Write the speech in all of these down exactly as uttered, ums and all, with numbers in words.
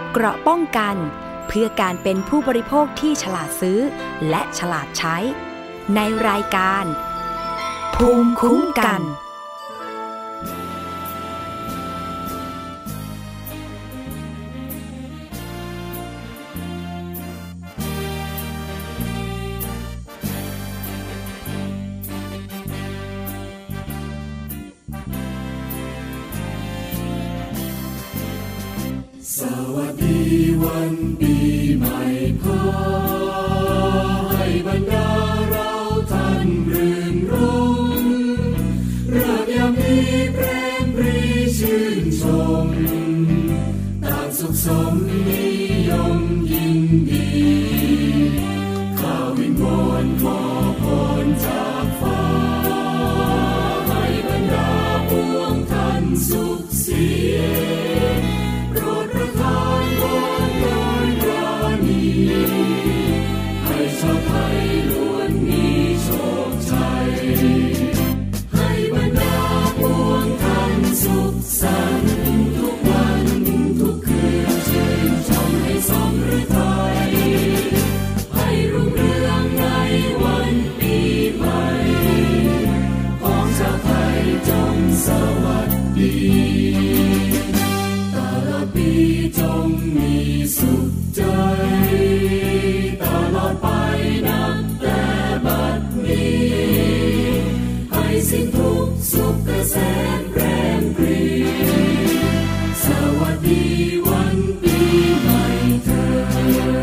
เกราะป้องกันเพื่อการเป็นผู้บริโภคที่ฉลาดซื้อและฉลาดใช้ในรายการภูมิคุ้มกันสวัสดีวันปีใหม่ขอให้บรรดาเราท่านรื่นรมเลิกยามนี้เพลงปรีชื่นชมต่างสุขสมนิยมยินดีข้าวิงวอนขอพรจากฟ้าให้บรรดาพวกท่านสุขเสียให้ชาวไทยล้วนมีโชคชัยให้บรรดาพวกท่านสุขสันต์ทุกวันทุกคืนชื่นชมให้สมฤทัยให้รุ่งเรืองในวันปีใหม่ของชาวไทยจงสวัสดีตลอดปีจงมีสุขใจตลอดไปนับแต่บัดนี้ให้สิ้นทุกข์สุขเกษมแรงปรีสวัสดีวันปีใหม่เถิด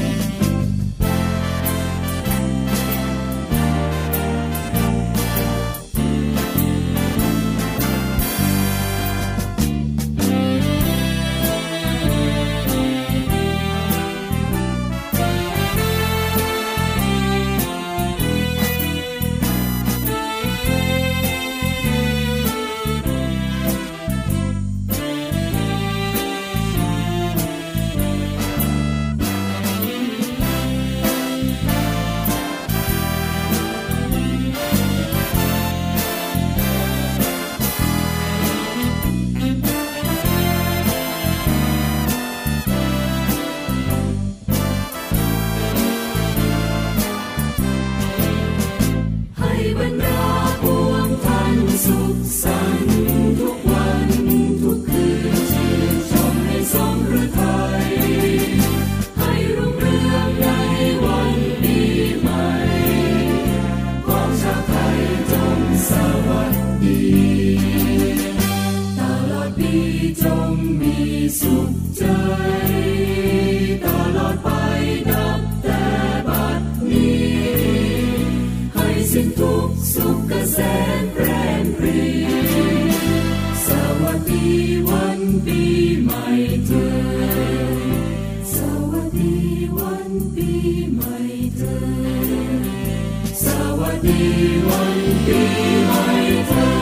สุขใจตลอดไปนับแต่บัดนี้ให้สิ้นทุกข์สุขเกษมแรงปรีสวัสดีวันปีใหม่เถิดสวัสดีวันปีใหม่เถิดสวัสดีวันปีใหม่เถิด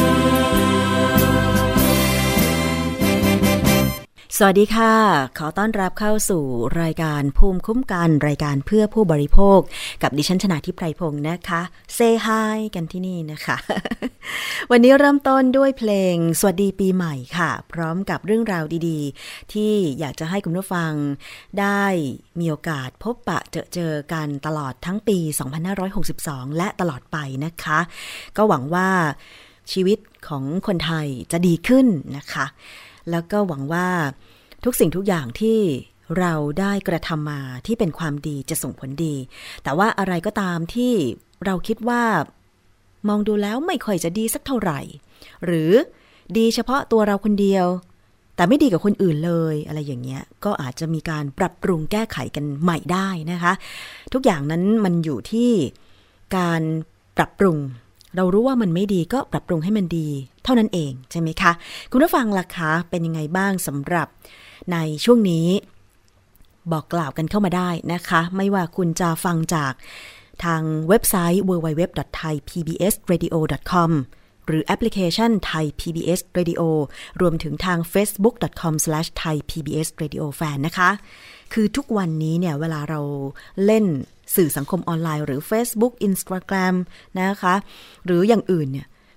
สวัสดีค่ะขอต้อนรับเข้าสู่รายการภูมิคุ้มกันรายการเพื่อผู้บริโภคกับดิฉันชนาธิปไพพงศ์นะคะเซฮายกันที่นี่นะคะ วันนี้เริ่มต้นด้วยเพลงสวัสดีปีใหม่ค่ะพร้อมกับเรื่องราวดีๆที่อยากจะให้คุณผู้ฟังได้มีโอกาสพบปะเจอเจอกันตลอดทั้งปีสองพันห้าร้อยหกสิบสองและตลอดไปนะคะก็หวังว่าชีวิตของคนไทยจะดีขึ้นนะคะแล้วก็หวังว่าทุกสิ่งทุกอย่างที่เราได้กระทำมาที่เป็นความดีจะส่งผลดีแต่ว่าอะไรก็ตามที่เราคิดว่ามองดูแล้วไม่ค่อยจะดีสักเท่าไหร่หรือดีเฉพาะตัวเราคนเดียวแต่ไม่ดีกับคนอื่นเลยอะไรอย่างเงี้ยก็อาจจะมีการปรับปรุงแก้ไขกันใหม่ได้นะคะทุกอย่างนั้นมันอยู่ที่การปรับปรุงเรารู้ว่ามันไม่ดีก็ปรับปรุงให้มันดีเท่านั้นเองใช่ไหมคะคุณผู้ฟังล่ะคะเป็นยังไงบ้างสำหรับในช่วงนี้บอกกล่าวกันเข้ามาได้นะคะไม่ว่าคุณจะฟังจากทางเว็บไซต์ ดับเบิลยู ดับเบิลยู ดับเบิลยู ดอท ไทย พี บี เอส เรดิโอ ดอท คอม หรือแอปพลิเคชัน Thai พี บี เอส Radio รวมถึงทาง เฟซบุ๊ก ดอท คอม สแลช ไทย พี บี เอส เรดิโอ แฟน นะคะคือทุกวันนี้เนี่ยเวลาเราเล่นสื่อสังคมออนไลน์หรือ Facebook Instagram นะคะหรืออย่างอื่นเนี่ย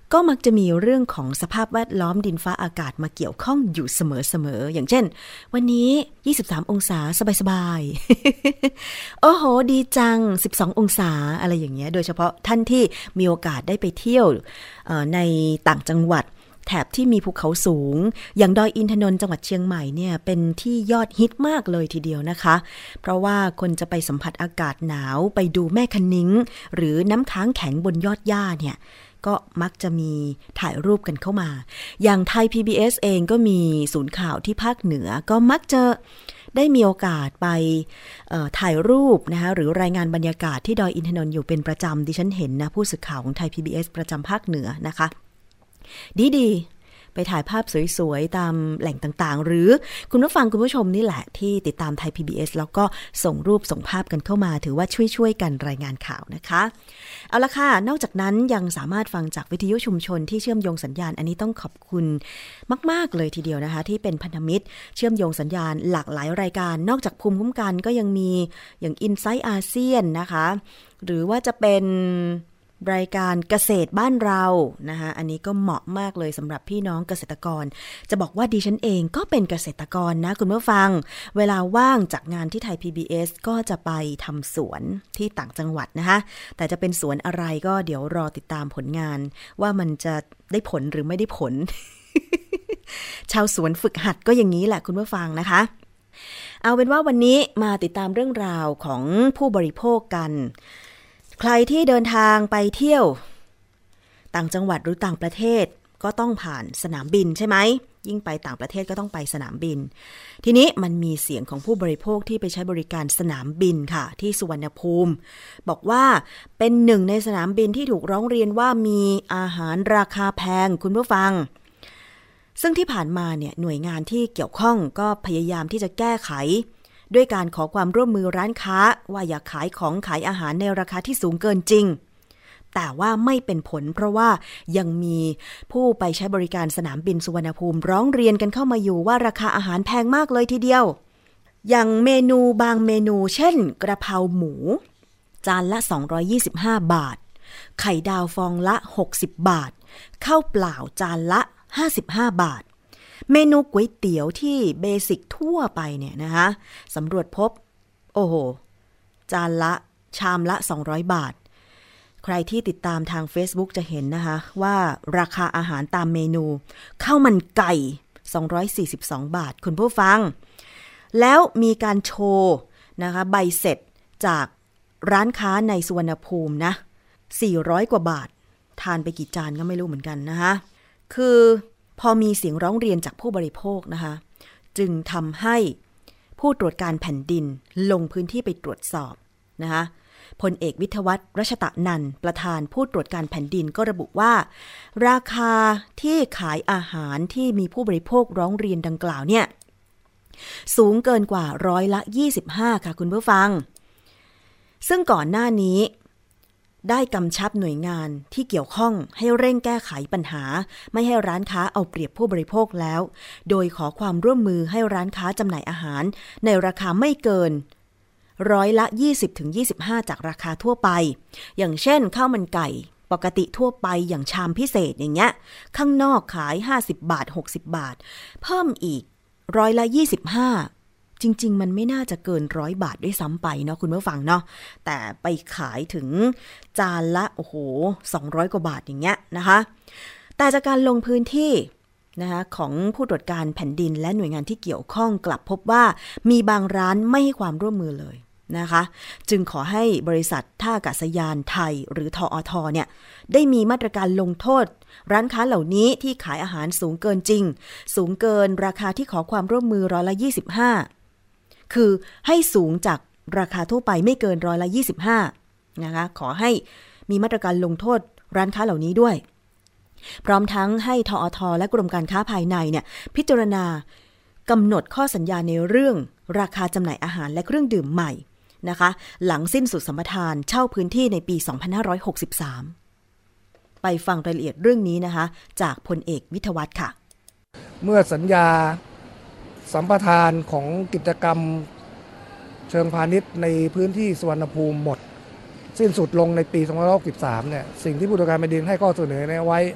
ก็มักจะมีเรื่องของสภาพแวดล้อมดินฟ้าอากาศมาเกี่ยวข้องอยู่เสมอๆอย่างเช่นวันนี้ยี่สิบสามองศาสบายๆ โอ้โหดีจังสิบสององศาอะไรอย่างเงี้ยโดยเฉพาะท่านที่มีโอกาสได้ไปเที่ยวในต่างจังหวัดแถบที่มีภูเขาสูงอย่างดอยอินทนนท์จังหวัดเชียงใหม่เนี่ยเป็นที่ยอดฮิตมากเลยทีเดียวนะคะเพราะว่าคนจะไปสัมผัสอากาศหนาวไปดูแม่คะนิ้งหรือน้ำค้างแข็งบนยอดหญ้าเนี่ยก็มักจะมีถ่ายรูปกันเข้ามาอย่างไทย พี บี เอส เองก็มีศูนย์ข่าวที่ภาคเหนือก็มักจะได้มีโอกาสไปถ่ายรูปนะคะหรือรายงานบรรยากาศที่ดอยอินทนนท์อยู่เป็นประจำดิฉันเห็นนะผู้สื่อข่าวของไทย พี บี เอส ประจำภาคเหนือนะคะดีๆไปถ่ายภาพสวยๆตามแหล่งต่างๆหรือคุณผู้ฟังคุณผู้ชมนี่แหละที่ติดตามไทย พี บี เอส แล้วก็ส่งรูปส่งภาพกันเข้ามาถือว่าช่วยๆกันรายงานข่าวนะคะเอาละค่ะนอกจากนั้นยังสามารถฟังจากวิทยุชุมชนที่เชื่อมโยงสัญญาณอันนี้ต้องขอบคุณมากๆเลยทีเดียวนะคะที่เป็นพันธมิตรเชื่อมโยงสัญญาณหลากหลายรายการนอกจากภูมิคุ้มกันก็ยังมีอย่าง Insight อาเซียนนะคะหรือว่าจะเป็นรายการเกษตรบ้านเรานะคะอันนี้ก็เหมาะมากเลยสำหรับพี่น้องเกษตรกรจะบอกว่าดิฉันเองก็เป็นเกษตรกรนะคุณผู้ฟังเวลาว่างจากงานที่ไทย พี บี เอส ก็จะไปทำสวนที่ต่างจังหวัดนะคะแต่จะเป็นสวนอะไรก็เดี๋ยวรอติดตามผลงานว่ามันจะได้ผลหรือไม่ได้ผล ชาวสวนฝึกหัดก็อย่างนี้แหละคุณผู้ฟังนะคะเอาเป็นว่าวันนี้มาติดตามเรื่องราวของผู้บริโภคกันใครที่เดินทางไปเที่ยวต่างจังหวัดหรือต่างประเทศก็ต้องผ่านสนามบินใช่ไหมยิ่งไปต่างประเทศก็ต้องไปสนามบินทีนี้มันมีเสียงของผู้บริโภคที่ไปใช้บริการสนามบินค่ะที่สุวรรณภูมิบอกว่าเป็นหนึ่งในสนามบินที่ถูกร้องเรียนว่ามีอาหารราคาแพงคุณผู้ฟังซึ่งที่ผ่านมาเนี่ยหน่วยงานที่เกี่ยวข้องก็พยายามที่จะแก้ไขด้วยการขอความร่วมมือร้านค้าว่าอย่าขายของขายอาหารในราคาที่สูงเกินจริงแต่ว่าไม่เป็นผลเพราะว่ายังมีผู้ไปใช้บริการสนามบินสุวรรณภูมิร้องเรียนกันเข้ามาอยู่ว่าราคาอาหารแพงมากเลยทีเดียวอย่างเมนูบางเมนูเช่นกระเพราหมูจานละสองร้อยยี่สิบห้าบาทไข่ดาวฟองละหกสิบบาทข้าวเปล่าจานละห้าสิบห้าบาทเมนูก๋วยเตี๋ยวที่เบสิกทั่วไปเนี่ยนะคะสำรวจพบโอ้โหจานละชามละสองร้อยบาทใครที่ติดตามทาง Facebook จะเห็นนะคะว่าราคาอาหารตามเมนูข้าวมันไก่สองร้อยสี่สิบสองบาทคุณผู้ฟังแล้วมีการโชว์นะคะใบเสร็จจากร้านค้าในสุวรรณภูมินะสี่ร้อยกว่าบาททานไปกี่จานก็ไม่รู้เหมือนกันนะคะคือพอมีเสียงร้องเรียนจากผู้บริโภคนะคะจึงทำให้ผู้ตรวจการแผ่นดินลงพื้นที่ไปตรวจสอบนะคะพลเอกวิทยวัฒน์รัชตะนันท์ประธานผู้ตรวจการแผ่นดินก็ระบุว่าราคาที่ขายอาหารที่มีผู้บริโภคร้องเรียนดังกล่าวเนี่ยสูงเกินกว่าร้อยละยี่สิบห้าค่ะคุณผู้ฟังซึ่งก่อนหน้านี้ได้กำชับหน่วยงานที่เกี่ยวข้องให้เร่งแก้ไขปัญหาไม่ให้ร้านค้าเอาเปรียบผู้บริโภคแล้วโดยขอความร่วมมือให้ร้านค้าจำหน่ายอาหารในราคาไม่เกินร้อยละ ยี่สิบถึงยี่สิบห้า จากราคาทั่วไปอย่างเช่นข้าวมันไก่ปกติทั่วไปอย่างชามพิเศษอย่างเงี้ยข้างนอกขายห้าสิบบาทหกสิบบาทเพิ่มอีกร้อยละยี่สิบห้าจริงๆมันไม่น่าจะเกินร้อยบาทด้วยซ้ำไปเนาะคุณผู้ฟังเนาะแต่ไปขายถึงจานละโอ้โหสองร้อยกว่าบาทอย่างเงี้ยนะคะแต่จากการลงพื้นที่นะคะของผู้ตรวจการแผ่นดินและหน่วยงานที่เกี่ยวข้องกลับพบว่ามีบางร้านไม่ให้ความร่วมมือเลยนะคะจึงขอให้บริษัทท่าอากาศยานไทยหรือทอทเนี่ยได้มีมาตรการลงโทษร้านค้าเหล่านี้ที่ขายอาหารสูงเกินจริงสูงเกินราคาที่ขอความร่วมมือร้อยละยี่สิบห้าคือให้สูงจากราคาทั่วไปไม่เกินร้อยละยี่สิบห้านะคะขอให้มีมาตรการลงโทษร้านค้าเหล่านี้ด้วยพร้อมทั้งให้ทอทและกรมการค้าภายในเนี่ยพิจารณากำหนดข้อสัญญาในเรื่องราคาจำหน่ายอาหารและเครื่องดื่มใหม่นะคะหลังสิ้นสุดสัมปทานเช่าพื้นที่ในปีสองพันห้าร้อยหกสิบสามไปฟังรายละเอียดเรื่องนี้นะคะจากพลเอกวิทยวัฒน์ค่ะเมื่อสัญญาสัมปทานของกิจกรรมเชิงพาณิชย์ในพื้นที่สุวรรณภูมิหมดสิ้นสุดลงในปีสองพันห้าร้อยหกสิบสามเนี่ยสิ่งที่ผู้ตรวจการแผ่นดินให้ข้อเสนอไว้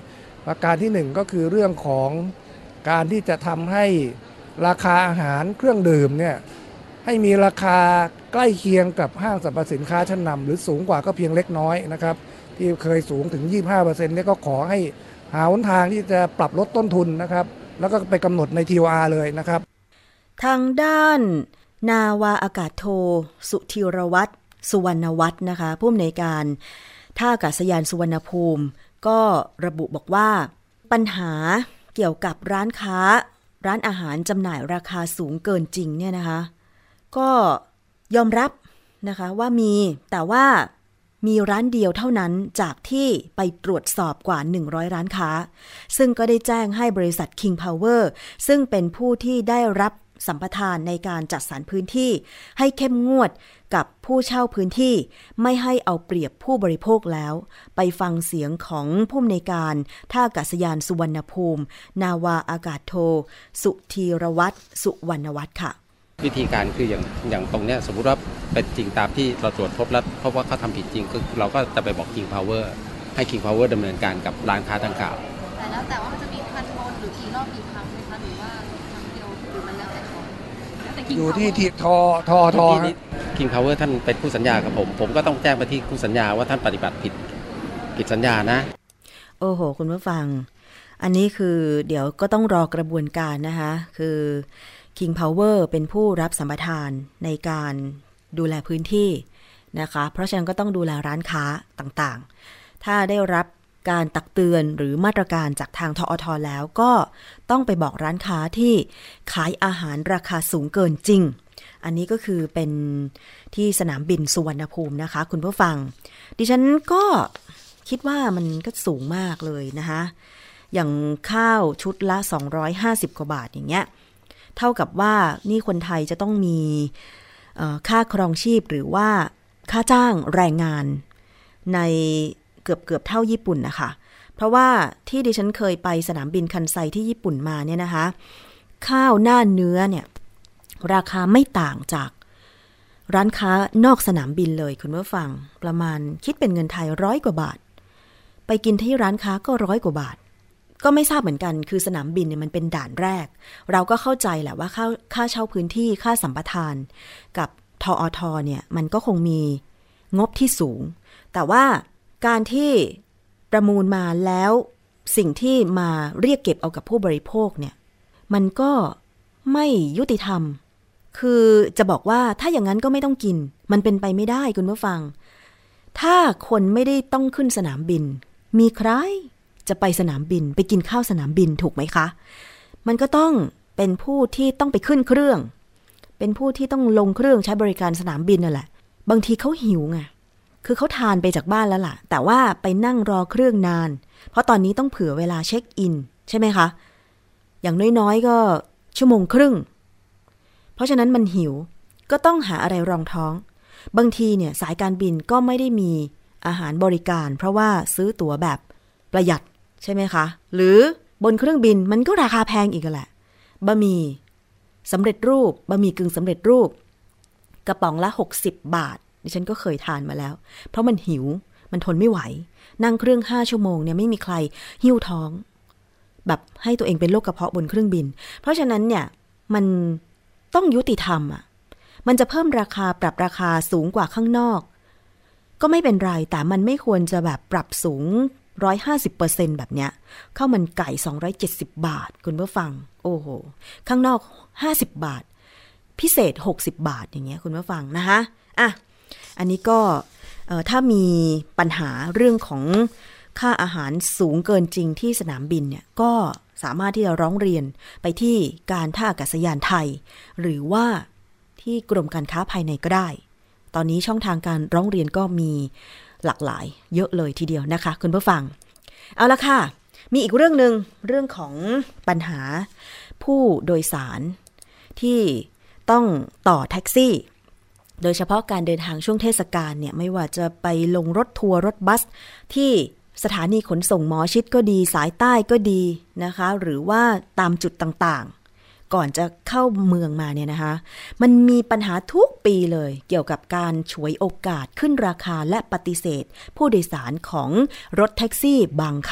ประการที่หนึ่งก็คือเรื่องของการที่จะทำให้ราคาอาหารเครื่องดื่มเนี่ยให้มีราคาใกล้เคียงกับห้างสรรพสินค้าชั้นนำหรือสูงกว่าก็เพียงเล็กน้อยนะครับที่เคยสูงถึง ยี่สิบห้าเปอร์เซ็นต์ เนี่ยก็ขอให้หาหนทางที่จะปรับลดต้นทุนนะครับแล้วก็ไปกำหนดใน ที โอ อาร์ เลยนะครับทางด้านนาวาอากาศโทสุธีรวัฒน์สุวรรณวัฒน์นะคะผู้อำนวยการท่าอากาศยานสุวรรณภูมิก็ระบุบอกว่าปัญหาเกี่ยวกับร้านค้าร้านอาหารจำหน่ายราคาสูงเกินจริงเนี่ยนะคะก็ยอมรับนะคะว่ามีแต่ว่ามีร้านเดียวเท่านั้นจากที่ไปตรวจสอบกว่าหนึ่งร้อยร้านค้าซึ่งก็ได้แจ้งให้บริษัท King Power ซึ่งเป็นผู้ที่ได้รับสัมปทานในการจัดสรรพื้นที่ให้เข้มงวดกับผู้เช่าพื้นที่ไม่ให้เอาเปรียบผู้บริโภคแล้วไปฟังเสียงของผู้อำนวยการท่าอากาศยานสุวรรณภูมินาวาอากาศโทสุธีรวัฒน์สุวรรณวัฒน์ค่ะวิธีการคืออย่างอย่างตรงเนี้ยสมมุติว่าเป็นจริงตามที่เราตรวจพบแล้วเพราะว่าเขาทำผิดจริงคือเราก็จะไปบอก King Power ให้ King Power ดำเนินการกับร้านค้าดังกล่าวแต่แล้วแต่ว่ามันจะมีพันโทนหรือกี่รอบกี่ครั้งไหมคะหรือว่าครั้งเดียวหรือมันแล้วแต่เขาแล้วแต่อยู่ที่ที่ทอทอทอ King Power ท่านเป็นผู้สัญญากับผมผมก็ต้องแจ้งไปที่ผู้สัญญาว่าท่านปฏิบัติผิดผิดสัญญานะโอ้โหคุณผู้ฟังอันนี้คือเดี๋ยวก็ต้องรอกระบวนการนะคะคือ King Power เป็นผู้รับสัมปทานในการดูแลพื้นที่นะคะเพราะฉะนั้นก็ต้องดูแลร้านค้าต่างๆถ้าได้รับการตักเตือนหรือมาตรการจากทางทอทแล้วก็ต้องไปบอกร้านค้าที่ขายอาหารราคาสูงเกินจริงอันนี้ก็คือเป็นที่สนามบินสุวรรณภูมินะคะคุณผู้ฟังดิฉันก็คิดว่ามันก็สูงมากเลยนะคะอย่างข้าวชุดละสองร้อยห้าสิบกว่าบาทอย่างเงี้ยเท่ากับว่านี่คนไทยจะต้องมีค่าครองชีพหรือว่าค่าจ้างแรงงานในเกือบเกือบเท่าญี่ปุ่นนะคะเพราะว่าที่ดิฉันเคยไปสนามบินคันไซที่ญี่ปุ่นมาเนี่ยนะคะข้าวหน้าเนื้อเนี่ยราคาไม่ต่างจากร้านค้านอกสนามบินเลยคุณผู้ฟังประมาณคิดเป็นเงินไทยร้อยกว่าบาทไปกินที่ร้านค้าก็ร้อยกว่าบาทก็ไม่ทราบเหมือนกันคือสนามบินเนี่ยมันเป็นด่านแรกเราก็เข้าใจแหละว่าค่าค่าเช่าพื้นที่ค่าสัมปทานกับทอทเนี่ยมันก็คงมีงบที่สูงแต่ว่าการที่ประมูลมาแล้วสิ่งที่มาเรียกเก็บเอากับผู้บริโภคเนี่ยมันก็ไม่ยุติธรรมคือจะบอกว่าถ้าอย่างนั้นก็ไม่ต้องกินมันเป็นไปไม่ได้คุณผู้ฟังถ้าคนไม่ได้ต้องขึ้นสนามบินมีใครจะไปสนามบินไปกินข้าวสนามบินถูกไหมคะมันก็ต้องเป็นผู้ที่ต้องไปขึ้นเครื่องเป็นผู้ที่ต้องลงเครื่องใช้บริการสนามบินนั่นแหละบางทีเขาหิวไงคือเขาทานไปจากบ้านแล้วล่ะแต่ว่าไปนั่งรอเครื่องนานเพราะตอนนี้ต้องเผื่อเวลาเช็คอินใช่ไหมคะอย่างน้อยๆก็ชั่วโมงครึ่งเพราะฉะนั้นมันหิวก็ต้องหาอะไรรองท้องบางทีเนี่ยสายการบินก็ไม่ได้มีอาหารบริการเพราะว่าซื้อตั๋วแบบประหยัดใช่ไหมคะหรือบนเครื่องบินมันก็ราคาแพงอีกแหละบะหมี่สำเร็จรูปบะหมี่กึ่งสำเร็จรูปกระป๋องละหกสิบบาทดิฉันก็เคยทานมาแล้วเพราะมันหิวมันทนไม่ไหวนั่งเครื่องห้าชั่วโมงเนี่ยไม่มีใครหิ้วท้องแบบให้ตัวเองเป็นโรคกระเพาะบนเครื่องบินเพราะฉะนั้นเนี่ยมันต้องยุติธรรมอ่ะมันจะเพิ่มราคาปรับราคาสูงกว่าข้างนอกก็ไม่เป็นไรแต่มันไม่ควรจะแบบปรับสูง หนึ่งร้อยห้าสิบเปอร์เซ็นต์ แบบเนี้ยข้าวมันไก่สองร้อยเจ็ดสิบบาทคุณผู้ฟังโอ้โหข้างนอกห้าสิบบาทพิเศษหกสิบบาทอย่างเงี้ยคุณผู้ฟังนะคะอ่ะอันนี้ก็ถ้ามีปัญหาเรื่องของค่าอาหารสูงเกินจริงที่สนามบินเนี่ยก็สามารถที่จะร้องเรียนไปที่การท่าอากาศยานไทยหรือว่าที่กรมการค้าภายในก็ได้ตอนนี้ช่องทางการร้องเรียนก็มีหลากหลายเยอะเลยทีเดียวนะคะคุณผู้ฟังเอาละค่ะมีอีกเรื่องนึงเรื่องของปัญหาผู้โดยสารที่ต้องต่อแท็กซี่โดยเฉพาะการเดินทางช่วงเทศกาลเนี่ยไม่ว่าจะไปลงรถทัวร์รถบัสที่สถานีขนส่งหมอชิตก็ดีสายใต้ก็ดีนะคะหรือว่าตามจุดต่างๆก่อนจะเข้าเมืองมาเนี่ยนะคะมันมีปัญหาทุกปีเลยเกี่ยวกับการฉวยโอกาสขึ้นราคาและปฏิเสธผู้โดยสารของรถแท็กซี่บางคัน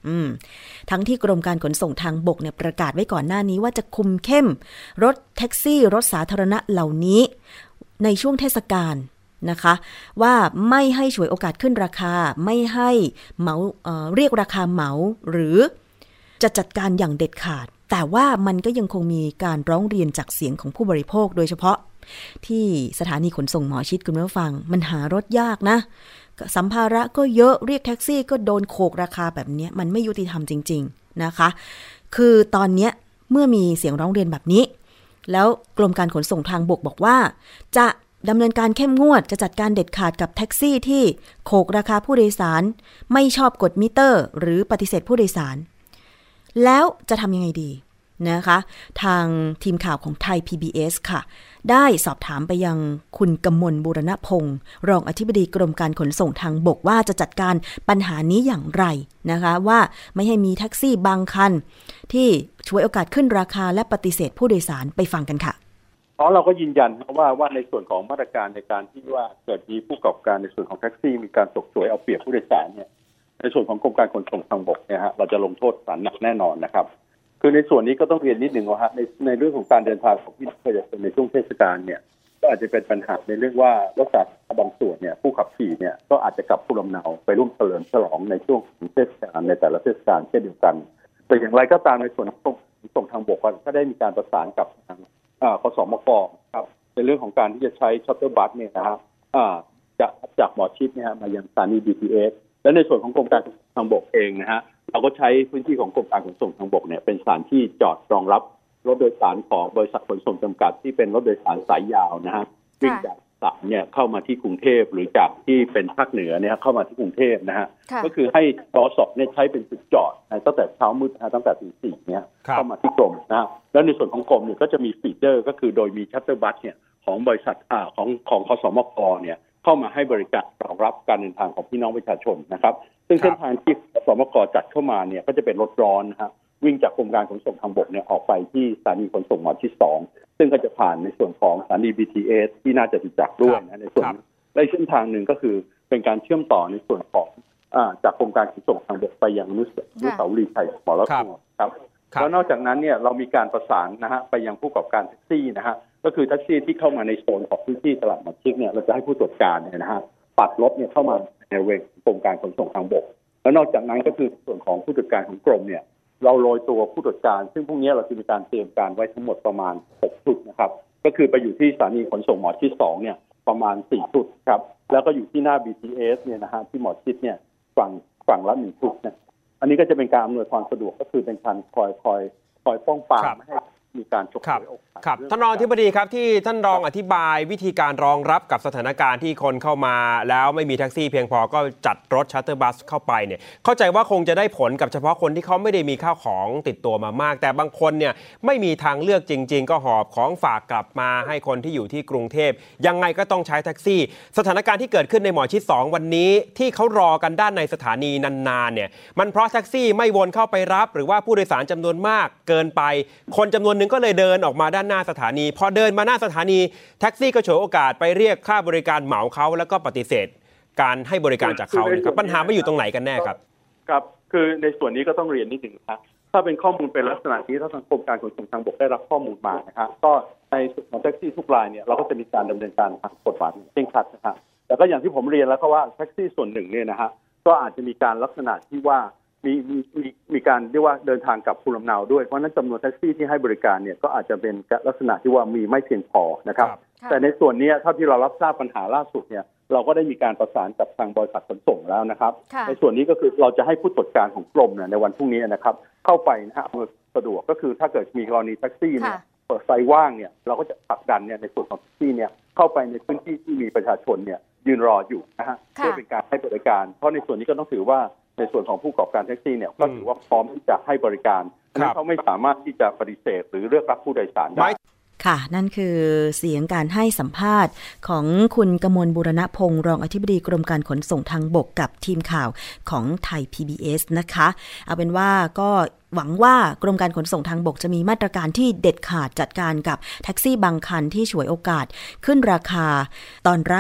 อืมทั้งที่กรมการขนส่งทางบกเนี่ยประกาศไว้ก่อนหน้านี้ว่าจะคุมเข้มรถแท็กซี่รถสาธารณะเหล่านี้ในช่วงเทศกาลนะคะว่าไม่ให้ฉวยโอกาสขึ้นราคาไม่ให้เหมาเอ่อเรียกราคาเหมาหรือจะจัดการอย่างเด็ดขาดแต่ว่ามันก็ยังคงมีการร้องเรียนจากเสียงของผู้บริโภคโดยเฉพาะที่สถานีขนส่งหมอชิดคุณผู้ฟังมันหารถยากนะสัมภาระก็เยอะเรียกแท็กซี่ก็โดนโขกราคาแบบนี้มันไม่ยุติธรรมจริงๆนะคะคือตอนนี้เมื่อมีเสียงร้องเรียนแบบนี้แล้วกรมการขนส่งทางบกบอกว่าจะดำเนินการเข้มงวดจะจัดการเด็ดขาดกับแท็กซี่ที่โขกราคาผู้โดยสารไม่ชอบกดมิเตอร์หรือปฏิเสธผู้โดยสารแล้วจะทำยังไงดีนะคะทางทีมข่าวของไทย พี บี เอส ค่ะได้สอบถามไปยังคุณกมลบูรณพงศ์รองอธิบดีกรมการขนส่งทางบกว่าจะจัดการปัญหานี้อย่างไรนะคะว่าไม่ให้มีแท็กซี่บางคันที่ฉวยโอกาสขึ้นราคาและปฏิเสธผู้โดยสารไปฟังกันค่ะอ๋อเราก็ยืนยันว่าว่าในส่วนของมาตรการในการที่ว่าเกิดมีผู้ประกอบการในส่วนของแท็กซี่มีการฉกฉวยเอาเปรียบผู้โดยสารเนี่ยในส่วนของกรมการขนส่งทางบกเนี่ยฮะเราจะลงโทษศาลหนักแน่นอนนะครับคือในส่วนนี้ก็ต้องเรียนนิดหนึ่งว่าในในเรื่องของการเดินทางของพี่น้องประชาชนในช่วงเทศกาลเนี่ยก็อาจจะเป็นปัญหาในเรื่องว่ารถสาธารณะบางส่วนเนี่ยผู้ขับขี่เนี่ยก็อาจจะกลับภูมิลำเนาไปร่วมเฉลิมฉลองในช่วงเทศกาลในแต่ละเทศกาลเช่นเดียวกันแต่อย่างไรก็ตามในส่วนของขนส่งทางบกก็ได้มีการประสานกับทางกสมกครับในเรื่องของการที่จะใช้ชัตเตอร์บัสเนี่ยนะครับจากจากหมอชิดเนี่ยมายังสถานี บี ที เอส และในส่วนของกรมการขนส่งทางบกเองนะฮะเราก็ใช้พื้นที่ของกรมการขนส่งทางบกเนี่ยเป็นสถานที่จอดรองรับรถโดยสารของบริษัทขนส่งจำกัดที่เป็นรถโดยสารสายยาวนะฮะวิ่งจากสายเนี่ยเข้ามาที่กรุงเทพหรือจากที่เป็นภาคเหนือเนี่ยเข้ามาที่กรุงเทพนะฮะก็คือให้บสเนี่ยใช้เป็นจุดจอดตั้งแต่เช้ามืดนะตั้งแต่ตีสี่เนี่ยเข้ามาที่กรมนะฮะแล้วในส่วนของกรมเนี่ยก็จะมีฟีเดอร์ก็คือโดยมีชัตเตอร์บัสเนี่ยของบริษัทอ่าของของคสมกเนี่ยเข้ามาให้บริการรองรับการเดินทางของพี่น้องประชาชนนะครับซึ่งเส้นทางที่คสมกจัดเข้ามาเนี่ยก็จะเป็นรถร้อนนะฮะวิ่งจากกรมการขนส่งทางบกเนี่ยออกไปที่สถานีขนส่งหมอชิดสองซึ่งก็จะผ่านในส่วนของสถานี บี ที เอส ที่น่าจะติดจักรด้วยนะในส่วนและเส้นทางหนึ่งก็คือเป็นการเชื่อมต่อในส่วนของอ่าจากกรมการขนส่งทางบกไปยังอนุสาวรีย์ชัยสมรภูมิครับแล้วนอกจากนั้นเนี่ยเรามีการประสานนะฮะไปยังผู้ประกอบการแท็กซี่นะฮะก็คือแท็กซี่ที่เข้ามาในโซนของพื้นที่ตลาดหมอชิดเนี่ยเราจะให้ผู้ตรวจการเนี่ยนะฮะปัดรถเนี่ยเข้ามาในเวงกรมการขนส่งทางบกแล้วนอกจากนั้นก็คือส่วนของผู้ตรวจการของกรมเนี่ยเราโรยตัวผู้ตรวจการซึ่งพวกนี้เราจะมีการเตรียมการไว้ทั้งหมดประมาณหกชุดนะครับก็คือไปอยู่ที่สถานีขนส่งหมอชิดสองเนี่ยประมาณสี่ชุดครับแล้วก็อยู่ที่หน้า บี ที เอส เนี่ยนะฮะที่หมอชิดเนี่ยฝั่งฝั่งละหนึ่งชุดนะอันนี้ก็จะเป็นการอำนวยความสะดวกก็คือเป็นการคอยคอยคอยป้องปรามไม่ให้มีการฉกฉวยโอกาสครับท่านรองอธิบดีครับที่ท่านรองอธิบายวิธีการรองรับกับสถานการณ์ที่คนเข้ามาแล้วไม่มีแท็กซี่เพียงพอก็จัดรถชัตเตอร์บัสเข้าไปเนี่ยเข้าใจว่าคงจะได้ผลกับเฉพาะคนที่เขาไม่ได้มีข้าวของติดตัวมามากแต่บางคนเนี่ยไม่มีทางเลือกจริงๆก็หอบของฝากกลับมาให้คนที่อยู่ที่กรุงเทพยังไงก็ต้องใช้แท็กซี่สถานการณ์ที่เกิดขึ้นในหมอชิดสองวันนี้ที่เขารอกันด้านในสถานีนานๆเนี่ยมันเพราะแท็กซี่ไม่วนเข้าไปรับหรือว่าผู้โดยสารจำนวนมากเกินไปคนจำนวนนึงก็เลยเดินออกมาด้านหน้าสถานีพอเดินมาหน้าสถานีแท็กซี่ก็ฉวยโอกาสไปเรียกค่าบริการเหมาเขาแล้วก็ปฏิเสธการให้บริการจากเขาครับปัญหาไม่อยู่ตรงไหนกันแน่ครับครับคือในส่วนนี้ก็ต้องเรียนนิดหนึ่งครับถ้าเป็นข้อมูลเป็นลักษณะนี้ถ้าทางกรมการขนส่งทางบกได้รับข้อมูลมานะครับก็ในส่วนของแท็กซี่ทุกรายเนี่ยเราก็จะมีการดำเนินการทางกฎหมายเคร่งครัดนะครับแต่ก็อย่างที่ผมเรียนแล้วก็ว่าแท็กซี่ส่วนหนึ่งเนี่ยนะฮะก็อาจจะมีการลักษณะที่ว่ามีมีมีมีการเรียกว่าเดินทางกับภูมิลำเนาด้วยเพราะนั้นจำนวนแท็กซี่ที่ให้บริการเนี่ยก็อาจจะเป็นลักษณะที่ว่ามีไม่เพียงพอนะครับแต่ในส่วนนี้เท่าที่เรารับทราบปัญหาล่าสุดเนี่ยเราก็ได้มีการประสานกับทางบริษัทขนส่งแล้วนะครับในส่วนนี้ก็คือเราจะให้ผู้ตรวจการของกรมเนี่ยในวันพรุ่งนี้นะครับเข้าไปนะฮะสะดวกก็คือถ้าเกิดมีกรณีแท็กซี่เนี่ยเปิดไฟว่างเนี่ยเราก็จะผลักดันเนี่ยในส่วนของแท็กซี่เนี่ยเข้าไปในพื้นที่ที่มีประชาชนเนี่ยยืนรออยู่นะฮะเพื่อเป็นการให้บริการเพราะในส่วนนี้ก็ต้องถือว่าในส่วนของผู้ประกอบการแท็กซี่เนี่ยก็ถือว่าพร้อมที่จะให้บริการและเขาไม่สามารถที่จะปฏิเสธหรือเลือกรับผู้โดยสารได้ค่ะนั่นคือเสียงการให้สัมภาษณ์ของคุณกมลบูรณพงศ์รองอธิบดีกรมการขนส่งทางบกกับทีมข่าวของไทย พี บี เอส นะคะเอาเป็นว่าก็หวังว่ากรมการขนส่งทางบกจะมีมาตรการที่เด็ดขาดจัดการกับแท็กซี่บางคันที่ฉวยโอกาสขึ้นราคาตอนรับ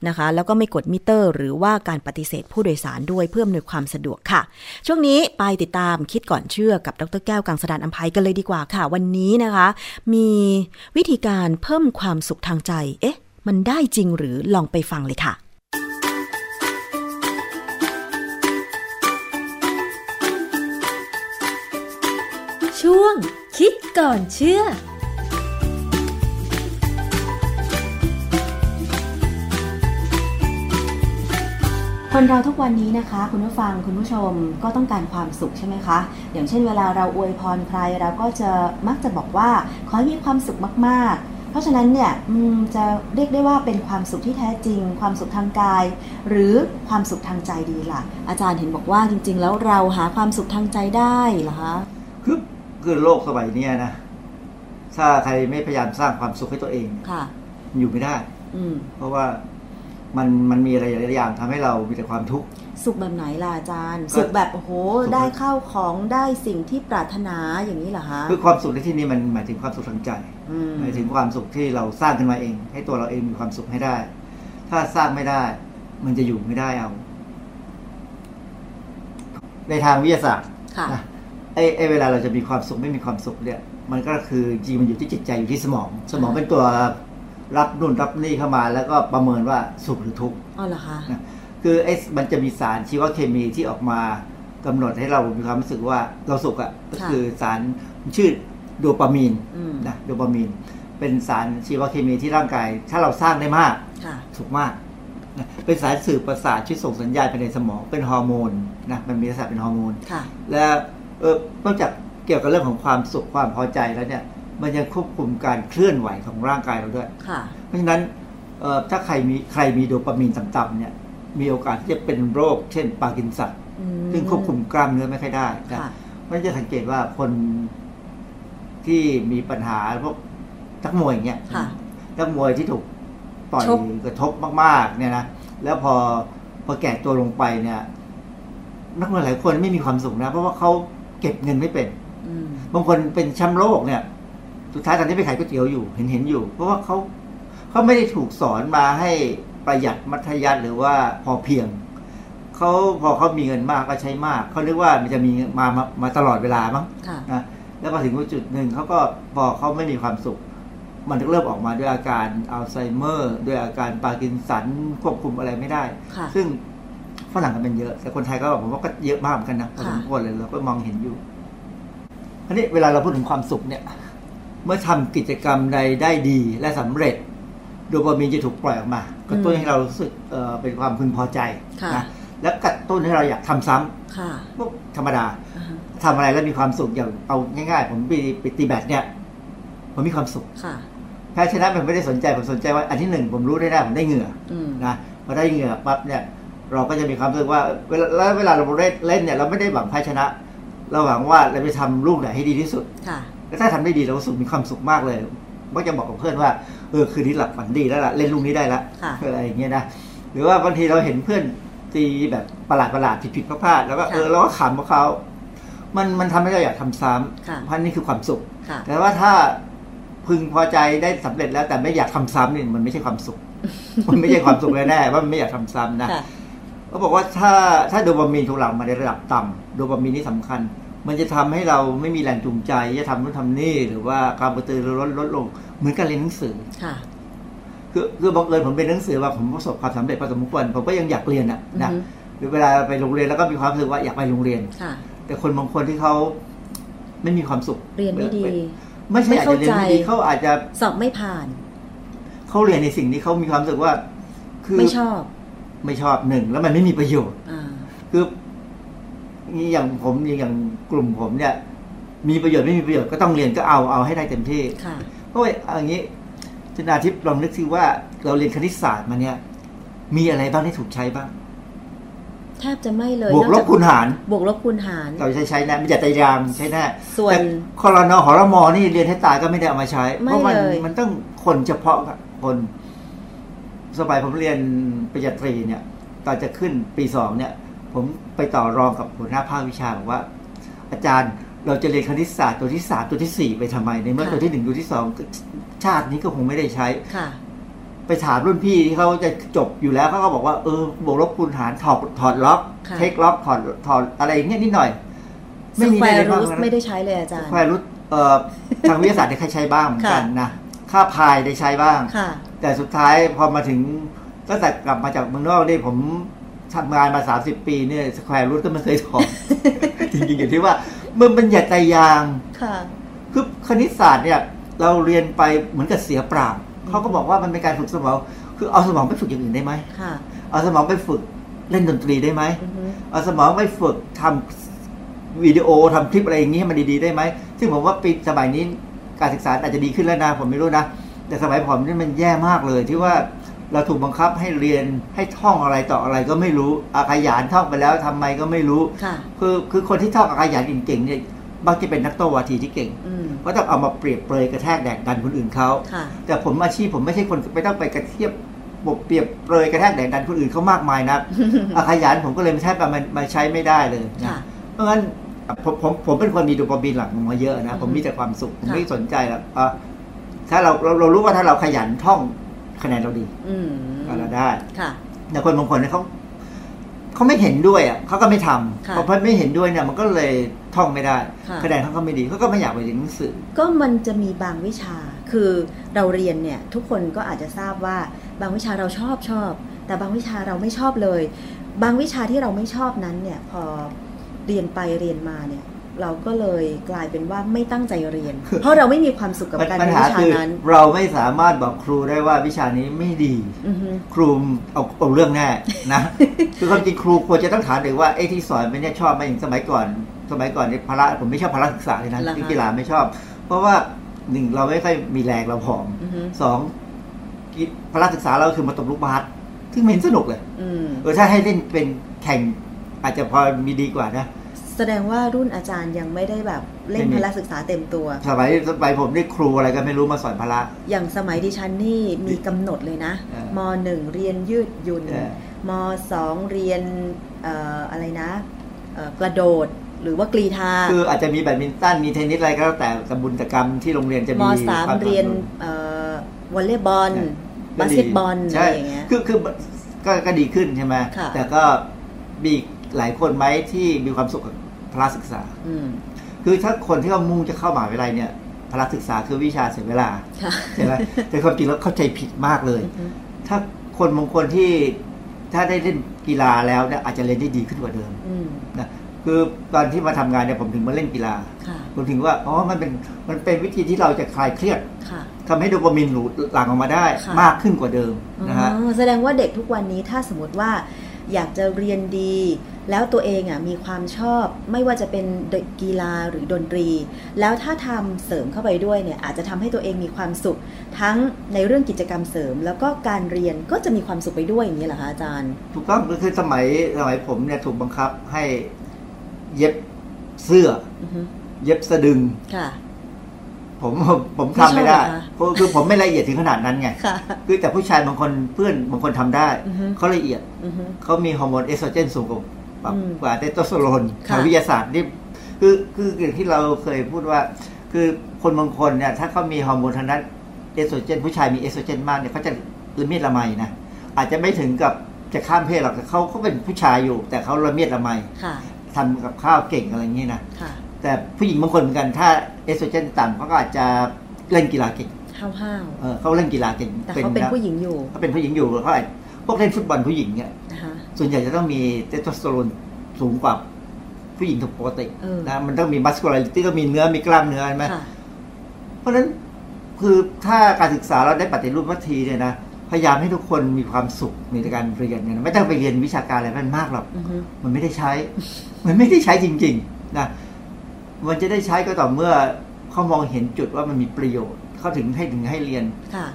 นะคะแล้วก็ไม่กดมิเตอร์หรือว่าการปฏิเสธผู้โดยสารด้วยเพื่ออำนวยความสะดวกค่ะช่วงนี้ไปติดตามคิดก่อนเชื่อกับดร.แก้วกังสดาลอำไพกันเลยดีกว่าค่ะวันนี้นะคะมีวิธีการเพิ่มความสุขทางใจเอ๊ะมันได้จริงหรือลองไปฟังเลยค่ะช่วงคิดก่อนเชื่อคนเราทุกวันนี้นะคะคุณผู้ฟังคุณผู้ชมก็ต้องการความสุขใช่ไหมคะอย่างเช่นเวลาเราอวยพรใครเราก็จะมักจะบอกว่าขอให้มีความสุขมากๆเพราะฉะนั้นเนี่ยจะเรียกได้ว่าเป็นความสุขที่แท้จริงความสุขทางกายหรือความสุขทางใจดีล่ะอาจารย์เห็นบอกว่าจริงๆแล้วเราหาความสุขทางใจได้เหรอคะคือคือโลกสมัยนี้นะถ้าใครไม่พยายามสร้างความสุขให้ตัวเองค่ะอยู่ไม่ได้อืเพราะว่ามันมันมีอะไรหลายอย่างทำให้เรามีแต่ความทุกข์สุขแบบไหนล่ะอาจารย์สุขแบบโอ้โหได้ข้าวของได้สิ่งที่ปรารถนาอย่างนี้เหรอคะคือความสุขในที่นี้มันหมายถึงความสุขทางใจหมายถึงความสุขที่เราสร้างขึ้นมาเองให้ตัวเราเองมีความสุขให้ได้ถ้าสร้างไม่ได้มันจะอยู่ไม่ได้เอาในทางวิทยาศาสตร์นะไอ้ไอ้เวลาเราจะมีความสุขไม่มีความสุขเนี่ยมันก็คือจริงมันอยู่ที่จิตใจอยู่ที่สมองสมองเป็นตัวรับนู่นรับนี่เข้ามาแล้วก็ประเมินว่าสุขหรือทุกข์อ๋อเหรอคะคือไอ้มันจะมีสารชีวเคมีที่ออกมากำหนดให้เรามีความรู้สึกว่าเราสุขอ่ะก็คือสารชื่อโดปามีนนะโดปามีนเป็นสารชีวเคมีที่ร่างกายถ้าเราสร้างได้มากสุขมากเป็นสารสื่อประสาทที่ส่งสัญญาณไปในสมองเป็นฮอร์โมนนะมันมีลักษณะเป็นฮอร์โมนแล้วเออนอกจากเกี่ยวกับเรื่องของความสุขความพอใจแล้วเนี่ยมันยังควบคุมการเคลื่อนไหวของร่างกายเราด้วยเพราะฉะนั้นถ้าใครมีใครมีโดปามีนต่ำๆเนี่ยมีโอกาสที่จะเป็นโรคเช่นปาร์กินสันซึ่งควบคุมกล้ามเนื้อไม่ค่อยได้มันจะสังเกตว่าคนที่มีปัญหาพวกนักมวยอย่างเงี้ยนักมวยที่ถูกต่อยกระทบมากๆเนี่ยนะแล้วพอพอแก่ตัวลงไปเนี่ยนักมวยหลายคนไม่มีความสุขนะเพราะว่าเขาเก็บเงินไม่เป็นบางคนเป็นแชมป์โลกเนี่ยสุดท้ายตอนนี้ไปขายก๋วยเตี๋ยวอยู่เห็นเห็นอยู่เพราะว่าเขาเขาไม่ได้ถูกสอนมาให้ประหยัดมัธยัสถ์หรือว่าพอเพียงเขาพอเขามีเงินมากก็ใช้มากเขาเรียกว่ามันจะมีมามามาตลอดเวลามั้งนะแล้วพอถึงจุดหนึ่งเขาก็พอเขาไม่มีความสุขมันจะเริ่มออกมาด้วยอาการอัลไซเมอร์ด้วยอาการปาร์กินสันควบคุมอะไรไม่ได้ซึ่งฝรั่งกันเป็นเยอะแต่คนไทยก็ผมว่าก็เยอะมากเหมือนกันนะพอสมควรเลยเราก็มองเห็นอยู่อันนี้เวลาเราพูดถึงความสุขเนี่ยเมื่อทำกิจกรรมใดได้ดีและสำเร็จโดปามีนจะถูกปล่อยออกมากระตุ้นให้เรารู้สึกเอ่อเป็นความพึงพอใจนะแล้วกระตุ้นให้เราอยากทำซ้ำพวกธรรมดาทำอะไรแล้วมีความสุขอย่างเอาง่ายๆผมไปไปตีแบดเนี่ยผมมีความสุขแพ้ชนะผมไม่ได้สนใจผมสนใจว่าอันที่หนึ่งผมรู้ได้ได้ผมได้เหงื่อนะพอได้เหงื่อปั๊บเนี่ยเราก็จะมีความรู้สึกว่าเวลาแล้วเวลาเราเล่นเล่นเนี่ยเราไม่ได้หวังแพ้ชนะเราหวังว่าเราไปทำลูกไหนให้ดีที่สุดแล้วถ้าทำได้ดีเราก็สุขมีความสุขมากเลยก็จะบอกกับเพื่อนว่าเออคืนนี้หลับฝันดีแล้วล่ะเล่นลูกนี้ได้ละอะไรอย่างเงี้ยนะหรือว่าบางทีเราเห็นเพื่อนตีแบบประหลาดประหลาดผิดผิดพลาดแล้วก็เออเราก็ขำกับเขามันมันทำให้เราอยากทำซ้ำเพราะนี่คือความสุขแต่ว่าถ้าพึงพอใจได้สำเร็จแล้วแต่ไม่อยากทำซ้ำนี่มันไม่ใช่ความสุขมันไม่ใช่ความสุขแน่ๆว่ามันไม่อยากทำซ้ำนะเขาบอกว่าถ้าถ้าโดปามีนถูกหลั่งมาในระดับต่ำโดปามีนนี่สำคัญมันจะทำให้เราไม่มีแรงจูงใจจะทำนู่นทำนี่หรือว่าความกระตือรือร้นลดลงเหมือนการเรียนหนังสือคือคือบังเอิญผมเป็นหนังสือว่าผมประสบความสำเร็จพอสมควรผมก็ยังอยากเรียนอ่ะนะหรือเวลาไปโรงเรียนแล้วก็มีความรู้สึกว่าอยากไปโรงเรียนแต่คนบางคนที่เขาไม่มีความสุขเรียนไม่ดีไม่ใช่อาจจะเรียนไม่ดีเขาอาจจะสอบไม่ผ่านเขาเรียนในสิ่งที่เขามีความรู้สึกว่าคือไม่ชอบไม่ชอบหนึ่งแล้วมันไม่มีประโยชน์คือนี่อย่างผมอย่างกลุ่มผมเนี่ยมีประโยชน์ไม่มีประโยชน์ก็ต้องเรียนก็เอาเอาให้ได้เต็มที่เพราะว่าอย่างนี้ชนาทิพย์ลองนึกซิว่าเราเรียนคณิตศาสตร์มาเนี่ยมีอะไรบ้างที่ถูกใช้บ้างแทบจะไม่เลยบวกลบคูณหารบวกลบคูณหารเราใช้ใช้แน่ไม่จัดตารางใช้แน่ส่วนคอรนหรมนี่เรียนให้ตายก็ไม่ได้เอามาใช้เพราะมันมันต้องคนเฉพาะคนสมัยผมเรียนปริญญาตรีเนี่ยตอนจะขึ้นปีสองเนี่ยผมไปต่อรองกับหัวหน้าภาควิชาบอกว่าอาจารย์เราจะเรียนคณิตศาสตร์ตัวที่สามตัวที่สี่ไปทำไมในเมื่อตัวที่หนึ่งตัวที่สองชาตินี้ก็คงไม่ได้ใช้ไปถามรุ่นพี่ที่เขาจะจบอยู่แล้วเขาก็บอกว่าเออบวกลบคูณหารถอดถอดล็อกเทคล็อกถอดถอดอะไรอย่างเงี้ยนิดหน่อยไม่มีอะไรบ้างไม่ได้ใช้เลยอาจารย์สแควร์รูทเอ่อทางวิทยาศาสตร์ได้ใช้บ้างเหมือนกันนะค่าพายได้ใช้บ้างแต่สุดท้ายพอมาถึงตั้งแต่กลับมาจากเมืองนอกนี่ผมทำงานมาสามสิบปีเนี่ยสแควร์รูทก็ไม่เคยถอดจริงๆอย่างที่ว่ามันบัญญัติใจยางคือคณิตศาสตร์เนี่ยเราเรียนไปเหมือนกับเสียเปล่าเขาก็บอกว่ามันเป็นการฝึกสมองคือเอาสมองไปฝึกอย่างอื่นได้ไหมเอาสมองไปฝึกเล่นดนตรีได้ไหมเอาสมองไปฝึกทำวิดีโอทำคลิปอะไรอย่างนี้ให้มันดีๆได้ไหมซึ่งผมว่าปีสมัยนี้การศึกษาอาจจะดีขึ้นแล้วนะผมไม่รู้นะแต่สมัยผมนี่มันแย่มากเลยที่ว่าเราถูกบังคับให้เรียนให้ท่องอะไรต่ออะไรก็ไม่รู้อาขยานท่องไปแล้วทำไมก็ไม่รู้คือคือคนที่ท่องอาขยานเก่งๆเนี่ยบางทีเป็นนักโต้วาทีที่เก่งเพราะต้องเอามาเปรียบเปรยกระแทกแดกดันคนอื่นเขาแต่ผมอาชีพผมไม่ใช่คนไม่ต้องไปกระเทียบบเปรียบเปรยกระแทกแดกดันคนอื่นเขามากมายนะอาขยานผมก็เลยไม่ใช่มามาใช้ไม่ได้เลยนะเพราะงั้นผมผมผมเป็นคนมีโดปามีนหลั่งมาเยอะนะผมมีแต่ความสุขผมไม่สนใจหรอกถ้าเราเราเรารู้ว่าถ้าเราขยันท่องคะแนนเราดีก็เราได้แต่คนบางคนเนี่ยเขาเขาไม่เห็นด้วยอ่ะเขาก็ไม่ทำพอเพื่อนไม่เห็นด้วยเนี่ยมันก็เลยท่องไม่ได้คะแนนเขาก็ไม่ดีเขาก็ไม่อยากไปเรียนหนังสือก็มันจะมีบางวิชาคือเราเรียนเนี่ยทุกคนก็อาจจะทราบว่าบางวิชาเราชอบชอบแต่บางวิชาเราไม่ชอบเลยบางวิชาที่เราไม่ชอบนั้นเนี่ยพอเรียนไปเรียนมาเนี่ยเราก็เลยกลายเป็นว่าไม่ตั้งใจเรียนเพราะเราไม่มีความสุขกับการเรียนวิชานั้นเราไม่สามารถบอกครูได้ว่าวิชานี้ไม่ดีครูเอาเอาเรื่องแน่นะคือความจริงครูควรจะต้องถามเด็กว่าไอ้ที่สอนไปเนี่ยชอบไหมอย่างสมัยก่อนสมัยก่อนเนี่ยพละผมไม่ชอบพละศึกษาเลยนะที่กีฬาไม่ชอบเพราะว่าหนึ่งเราไม่ค่อยมีแรงเราผอมสองพละศึกษาเราคือมาตบลูกบาสซึ่งไม่เห็นสนุกเลยเออถ้าให้เล่นเป็นแข่งอาจจะพอมีดีกว่านะแสดงว่ารุ่นอาจารย์ยังไม่ได้แบบเล่นพละศึกษาเต็มตัวสมัยสมัยผมได้ครูอะไรก็ไม่รู้มาสอนพละอย่างสมัยดิฉันนี่มีกำหนดเลยนะม.หนึ่ง เรียนยืดหยุ่นม.สอง เรียนเอ่ออะไรนะเอ่อกระโดดหรือว่ากรีฑาคืออาจจะมีแบดมินตันมีเทนนิสอะไรก็แล้วแต่กบุญกรรมที่โรงเรียนจะมีม.สาม เรียนเอ่อวอลเลย์บอลบาสเกตบอลอะไรอย่างเงี้ยคือคือก็ก็ดีขึ้นใช่ไหมแต่ก็มีหลายคนไหมที่มีความสุขกับพละศึกษาคือถ้าคนที่เขามุ่งจะเข้ามหาวิทยาลัยเนี่ยพละศึกษาคือวิชาเสียเวลาใช่ไหมแต่ความจริงแล้วเข้าใจผิดมากเลยถ้าคนบางคนที่ถ้าได้เล่นกีฬาแล้วเนี่ยอาจจะเล่นได้ดีขึ้นกว่าเดิมนะคือตอนที่มาทำงานเนี่ยผมถึงมาเล่นกีฬาผมถึงว่าอ๋อมันเป็นมันเป็นวิธีที่เราจะคลายเครียดทำให้โดปามีนหลั่งออกมาได้มากขึ้นกว่าเดิมนะฮะแสดงว่าเด็กทุกวันนี้ถ้าสมมติว่าอยากจะเรียนดีแล้วตัวเองอ่ะมีความชอบไม่ว่าจะเป็นกีฬาหรือดนตรีแล้วถ้าทำเสริมเข้าไปด้วยเนี่ยอาจจะทำให้ตัวเองมีความสุขทั้งในเรื่องกิจกรรมเสริมแล้วก็การเรียนก็จะมีความสุขไปด้วยอย่างนี้เหรอคะอาจารย์ถูกต้องก็คือสมัยสมัยผมเนี่ยถูกบังคับให้เย็บเสื้อเย็บสะดึงค่ะผมผมทำไม่ได้คือผมไม่ละเอียดถึงขนาดนั้นไงคือแต่ผู้ชายบางคนเพื่อนบางคนทำได้เขาละเอียดเขามีฮอร์โมนเอสโตรเจนสูงกว่าเตสโทสเตอโรนทางวิทยาศาสตร์นี่คือคืออย่างที่เราเคยพูดว่าคือคนบางคนเนี่ยถ้าเขามีฮอร์โมนทางด้านเอสโตรเจนผู้ชายมีเอสโตรเจนมากเนี่ยเขาจะละเมียดละไมนะอาจจะไม่ถึงกับจะข้ามเพศหรอกแต่เขาเขาเป็นผู้ชายอยู่แต่เขาละเมียดละไมทำกับข้าวเก่งอะไรอย่างนี้นะแต่ผู้หญิงบางคนเหมือนกันถ้าเอสโตรเจนต่ำเขาก็อาจจะเล่นกีฬาเก่งห้าวๆเออเขาเล่นกีฬาเก่งแต่เขาเป็นผู้หญิงอยู่เขาเป็นผู้หญิงอยู่เขาอาจพวกเล่นฟุตบอลผู้หญิงเนี่ยส่วนใหญ่จะต้องมีเทสโทสเตอโรนสูงกว่าผู้หญิงปกตินะมันต้องมีมัสคูลาริตี้ก็มีเนื้อมีกล้ามเนื้อใช่ไหมเพราะฉะนั้นคือถ้าการศึกษาเราได้ปฏิรูปวัฒนีเนี่ยนะพยายามให้ทุกคนมีความสุขในการเรียนเนี่ยไม่ต้องไปเรียนวิชาการอะไรมันมากหรอกมันไม่ได้ใช้มันไม่ได้ใช้จริงๆนะมันจะได้ใช้ก็ต่อเมื่อเขามองเห็นจุดว่ามันมีประโยชน์เขาถึงให้ถึงให้เรียน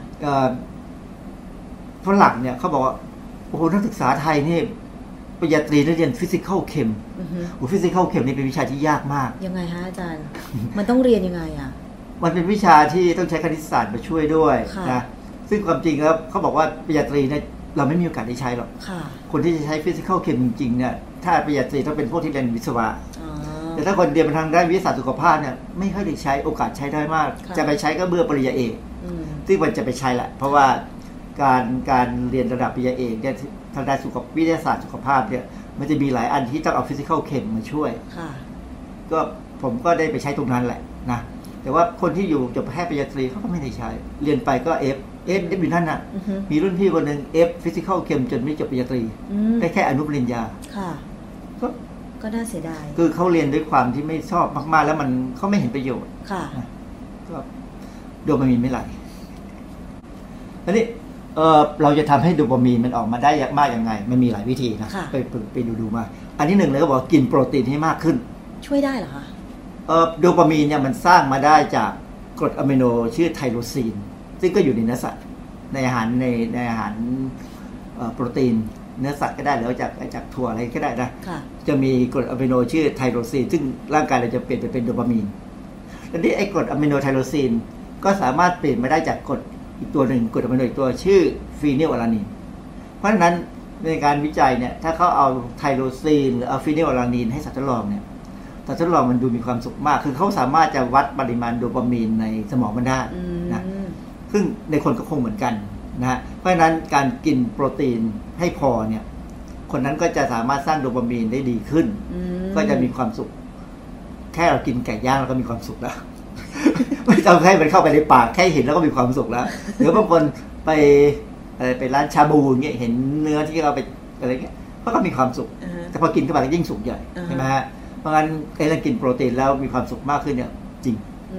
ฝรั่งเนี่ยเขาบอกว่าโอ้โหนักศึกษาไทยนี่ปริญญาตรีเรียนฟิสิกอลเคมโอ้ฟิสิกอลเคมนี่เป็นวิชาที่ยากมากยังไงฮะอาจารย์มันต้องเรียนยังไงอ่ะมันเป็นวิชาที่ต้องใช้คณิตศาสตร์มาช่วยด้วยนะซึ่งความจริงแล้วเขาบอกว่าปริญญาตรีเนี่ยเราไม่มีโอกาสได้ใช้หรอกคนที่จะใช้ฟิสิกอลเคมจริงๆเนี่ยถ้าปริญญาตรีต้องเป็นพวกที่เรียนวิศวะแต่ถ้าคนเรียนทางด้านวิทยาศาสตร์สุขภาพเนี่ยไม่ค่อยได้ใช้โอกาสใช้ได้มากจะไปใช้ก็เบื่อปริญญาเอกซึ่งมันจะไปใช้แหละเพราะว่าการการเรียนระดับปริญญาเอกเนี่ยทางด้านสุขวิทยาศาสตร์สุขภาพเนี่ยมันจะมีหลายอันที่ต้องเอาฟิสิกอลเคมมาช่วยก็ผมก็ได้ไปใช้ตรงนั้นแหละนะแต่ว่าคนที่อยู่จบแพทย์ปริญญาตรีเขาก็ไม่ได้ใช้เรียนไปก็เอฟเอฟได้อยู่นั่นน่ะมีรุ่นพี่คนหนึ่งเอฟฟิสิกอลเคมจนไม่จบปริญญาตรีได้แค่อนุปริญญาก็ก็น่าเสียดายคือเขาเรียนด้วยความที่ไม่ชอบมากๆแล้วมันเขาไม่เห็นประโยชน์ก็โดปามีนไม่ไหลอันนี้เออเราจะทำให้โดปามีนมันออกมาได้ยากมากยังไงมันมีหลายวิธีนะไปไปดูดูมาอันที่หนึ่งเลยก็บอกกินโปรตีนให้มากขึ้นช่วยได้เหรอคะเออโดปามีนเนี่ยมันสร้างมาได้จากกรดอะมิโนชื่อไทโรซีนซึ่งก็อยู่ในเนื้อสัตว์ในอาหารในในอาหารโปรตีนเนื้อสัตว์ก็ได้หรือจากจากถั่วอะไรก็ได้นะจะมีกรดอะมิโนชื่อไทโรซีนซึ่งร่างกายเราจะเปลี่ยนไปเป็นโดปามีนทีนี้ไอ้กรดอะมิโนไทโรซีนก็สามารถเปลี่ยนมาได้จากกรดอีกตัวหนึ่งกรดอะมิโนอีกตัวชื่อฟีนิลอะลานินเพราะฉะนั้นในการวิจัยเนี่ยถ้าเขาเอาไทโรซีนหรือเอาฟีนิลอะลานินให้สัตว์ทดลองเนี่ยสัตว์ทดลองมันดูมีความสุขมากคือเขาสามารถจะวัดปริมาณโดปามีนในสมองมันได้นะซึ่งในคนก็คงเหมือนกันนะเพราะฉะนั้นการกินโปรตีนให้พอเนี่ยคนนั้นก็จะสามารถสร้างโดปามีนได้ดีขึ้นก็จะมีความสุขแค่เรากินไก่ย่างเราก็มีความสุขแล้วไม่ต้องให้มันเข้าไปในปากแค่เห็นแล้วก็มีความสุขแล้วหรือบางคนไปอะไรไปร้านชาบูเงี้ยเห็นเนื้อที่เราไปอะไรเงี้ยเขาก็มีความสุขแต่พอกินเข้าไปก็ยิ่งสุขใหญ่ใช่ไหมฮะเพราะงั้นไอ้เรากินโปรตีนแล้วมีความสุขมากขึ้นเนี่ยจริง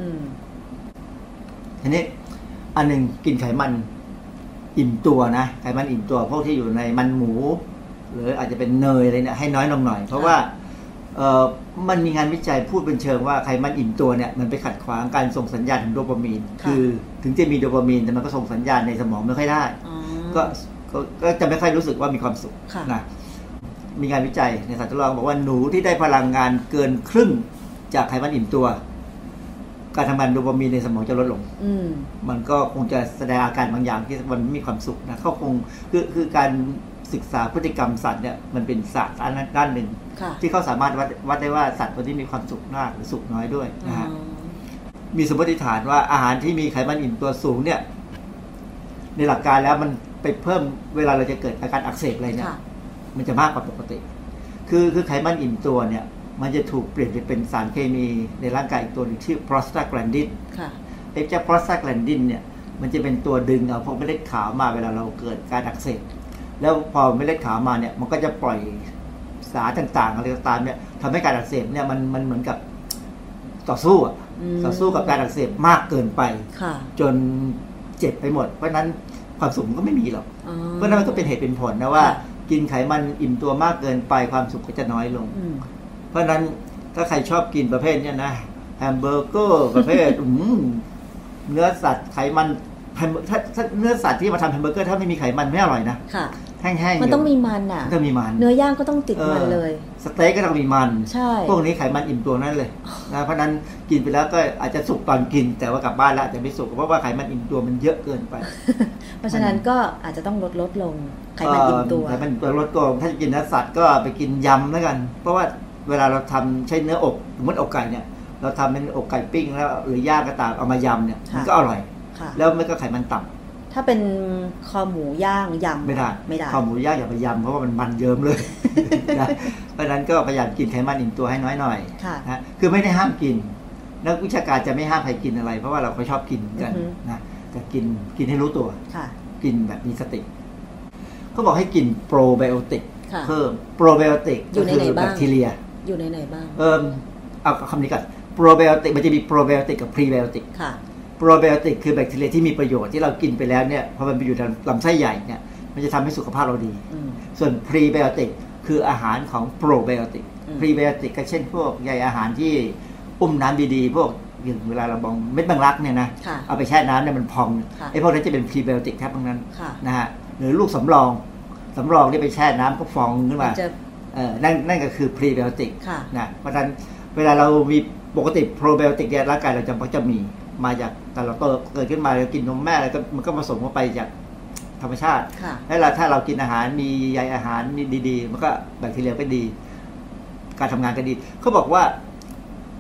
ทีนี้อันหนึ่งกินไขมันอิ่มตัวนะไขมันอิ่มตัวพวกที่อยู่ในมันหมูหรืออาจจะเป็นเนยอะไรเนี่ยให้น้อยลงหน่อยเพราะว่าเออมันมีงานวิจัยพูดเป็นเชิงว่าไขมันอิ่มตัวเนี่ยมันไปขัดขวางการส่งสัญญาณของโดปามีนคือถึงจะมีโดปามีนแต่มันก็ส่งสัญญาณในสมองไม่ค่อยได้ก็ก็จะไม่ค่อยรู้สึกว่ามีความสุขนะมีงานวิจัยในสัตว์ทดลองบอกว่าหนูที่ได้พลังงานเกินครึ่งจากไขมันอิ่มตัวการทำงานโดปามีนในสมองจะลดลงมันก็คงจะแสดงอาการบางอย่างที่มันมีความสุขนะเขาคงคือคือการศึกษาพฤติกรรมสัตว์เนี่ยมันเป็นศาสตร์ด้านหนึ่งที่เขาสามารถวัดวัดได้ว่าสัตว์ตัวที่มีความสุขมากหรือสุขน้อยด้วยนะฮะมีสมมติฐานว่าอาหารที่มีไขมันอิ่มตัวสูงเนี่ยในหลักการแล้วมันไปเพิ่มเวลาเราจะเกิดอาการอักเสบอะไรเนี่ยมันจะมากกว่าปกติคือคือไขมันอิ่มตัวเนี่ยมันจะถูกเปลี่ยนไปเป็นสารเคมีในร่างกายอีกตัวหนึ่งชื่อ prostaglandin ไอ้เจ้า prostaglandin เนี่ยมันจะเป็นตัวดึงเอาพวกเม็ดเลือดขาวมาเวลาเราเกิดการอักเสบแล้วพอเม็ดเลือดขาวมาเนี่ยมันก็จะปล่อยสารต่างๆอะไรต่างๆเนี่ยทำให้การอักเสบเนี่ยมันมันเหมือนกับต่อสู้อ่ะต่อสู้กับการอักเสบมากเกินไปจนเจ็บไปหมดเพราะนั้นความสุขมันก็ไม่มีหรอกเพราะนั้นมันก็เป็นเหตุเป็นผลนะว่ากินไขมันอิ่มตัวมากเกินไปความสุขก็จะน้อยลงเพราะนั้นถ้าใครชอบกินประเภทนี้นะแฮมเบอร์เกอร์ประเภทเนื้อสัตว์ไขมันถ้าเนื้อสัตว์ที่มาทำแฮมเบอร์เกอร์ถ้าไม่มีไขมันไม่อร่อยนะแห้งๆมันต้องมีมันอ่ะต้องมีมันเนื้อย่างก็ต้องติดมันเลยสเต็กก็ต้องมีมันใช่พวกนี้ไขมันอิ่มตัวนั่นเลยนะเพราะนั้นกินไปแล้วก็อาจจะสุกตอนกินแต่ว่ากลับบ้านแล้วอาจจะไม่สุกเพราะว่าไขมันอิ่มตัวมันเยอะเกินไปเพราะฉะนั้นก็อาจจะต้องลดลดลงไขมันอิ่มตัวไขมันตัวลดก็ถ้าจะกินเนื้อสัตว์ก็ไปกินยำแล้วกันเพราะว่าเวลาเราทำใช้เนื้ออกสมมติอกไก่เนี่ยเราทำเป็นอกไก่ปิ้งแล้วหรือย่างก็ตามเอามายำเนี่ยมันก็อร่อยแล้วมันก็ไขมันต่ำถ้าเป็นคอหมูย่างยำไม่ได้ไม่ได้คอหมูย่างอย่าไปยำเพราะว่ามันมันเยิ้มเลยเพราะฉะนั้นก็พยายามกินไขมันอิ่มตัวให้น้อยหน่อยนะคือไม่ได้ห้ามกินนักวิชาการจะไม่ห้ามใครกินอะไรเพราะว่าเราก็ชอบกินกันนะแต่กินกินให้รู้ตัวกินแบบมีสติเขาบอกให้กินโปรไบโอติกเพิ่มโปรไบโอติกก็คือแบคทีเรียอยู่ในไหนบ้างเออเอาคำนี้ก่อนโปรไบโอติกมันจะมีโปรไบโอติกกับพรีไบโอติกค่ะโปรไบโอติกคือแบคทีเรียที่มีประโยชน์ที่เรากินไปแล้วเนี่ยพอมันไปอยู่ในลำไส้ใหญ่เนี่ยมันจะทำให้สุขภาพเราดีส่วนพรีไบโอติกคืออาหารของโปรไบโอติกพรีไบโอติกก็เช่นพวกใยอาหารที่อุ้มน้ำดีๆพวกอย่างเวลาเราบองเม็ดแมงลักเนี่ยนะเอาไปแช่น้ำเนี่ยมันพองไอ้พวกนั้นจะเป็นพรีไบโอติกแทบทั้งนั้นนะฮะหรือลูกสำรองสำรองที่ไปแช่น้ำก็ฟองขึ้นมาเออนั่นนั่นก็คือพรีไบโอติกนะเพราะฉะนั้นเวลาเรามีปกติโปรไบโอติกเนี่ยร่างกายเราจะมักจะมีมาจากแต่เราเกิดขึ้นมาเรากินนมแม่แล้วก็มันก็ผสมเข้าไปจากธรรมชาติแล้วถ้าเรากินอาหารมีใยอาหารดีๆมันก็แบคทีเรียก็ดีการทำงานก็ดีเขาบอกว่า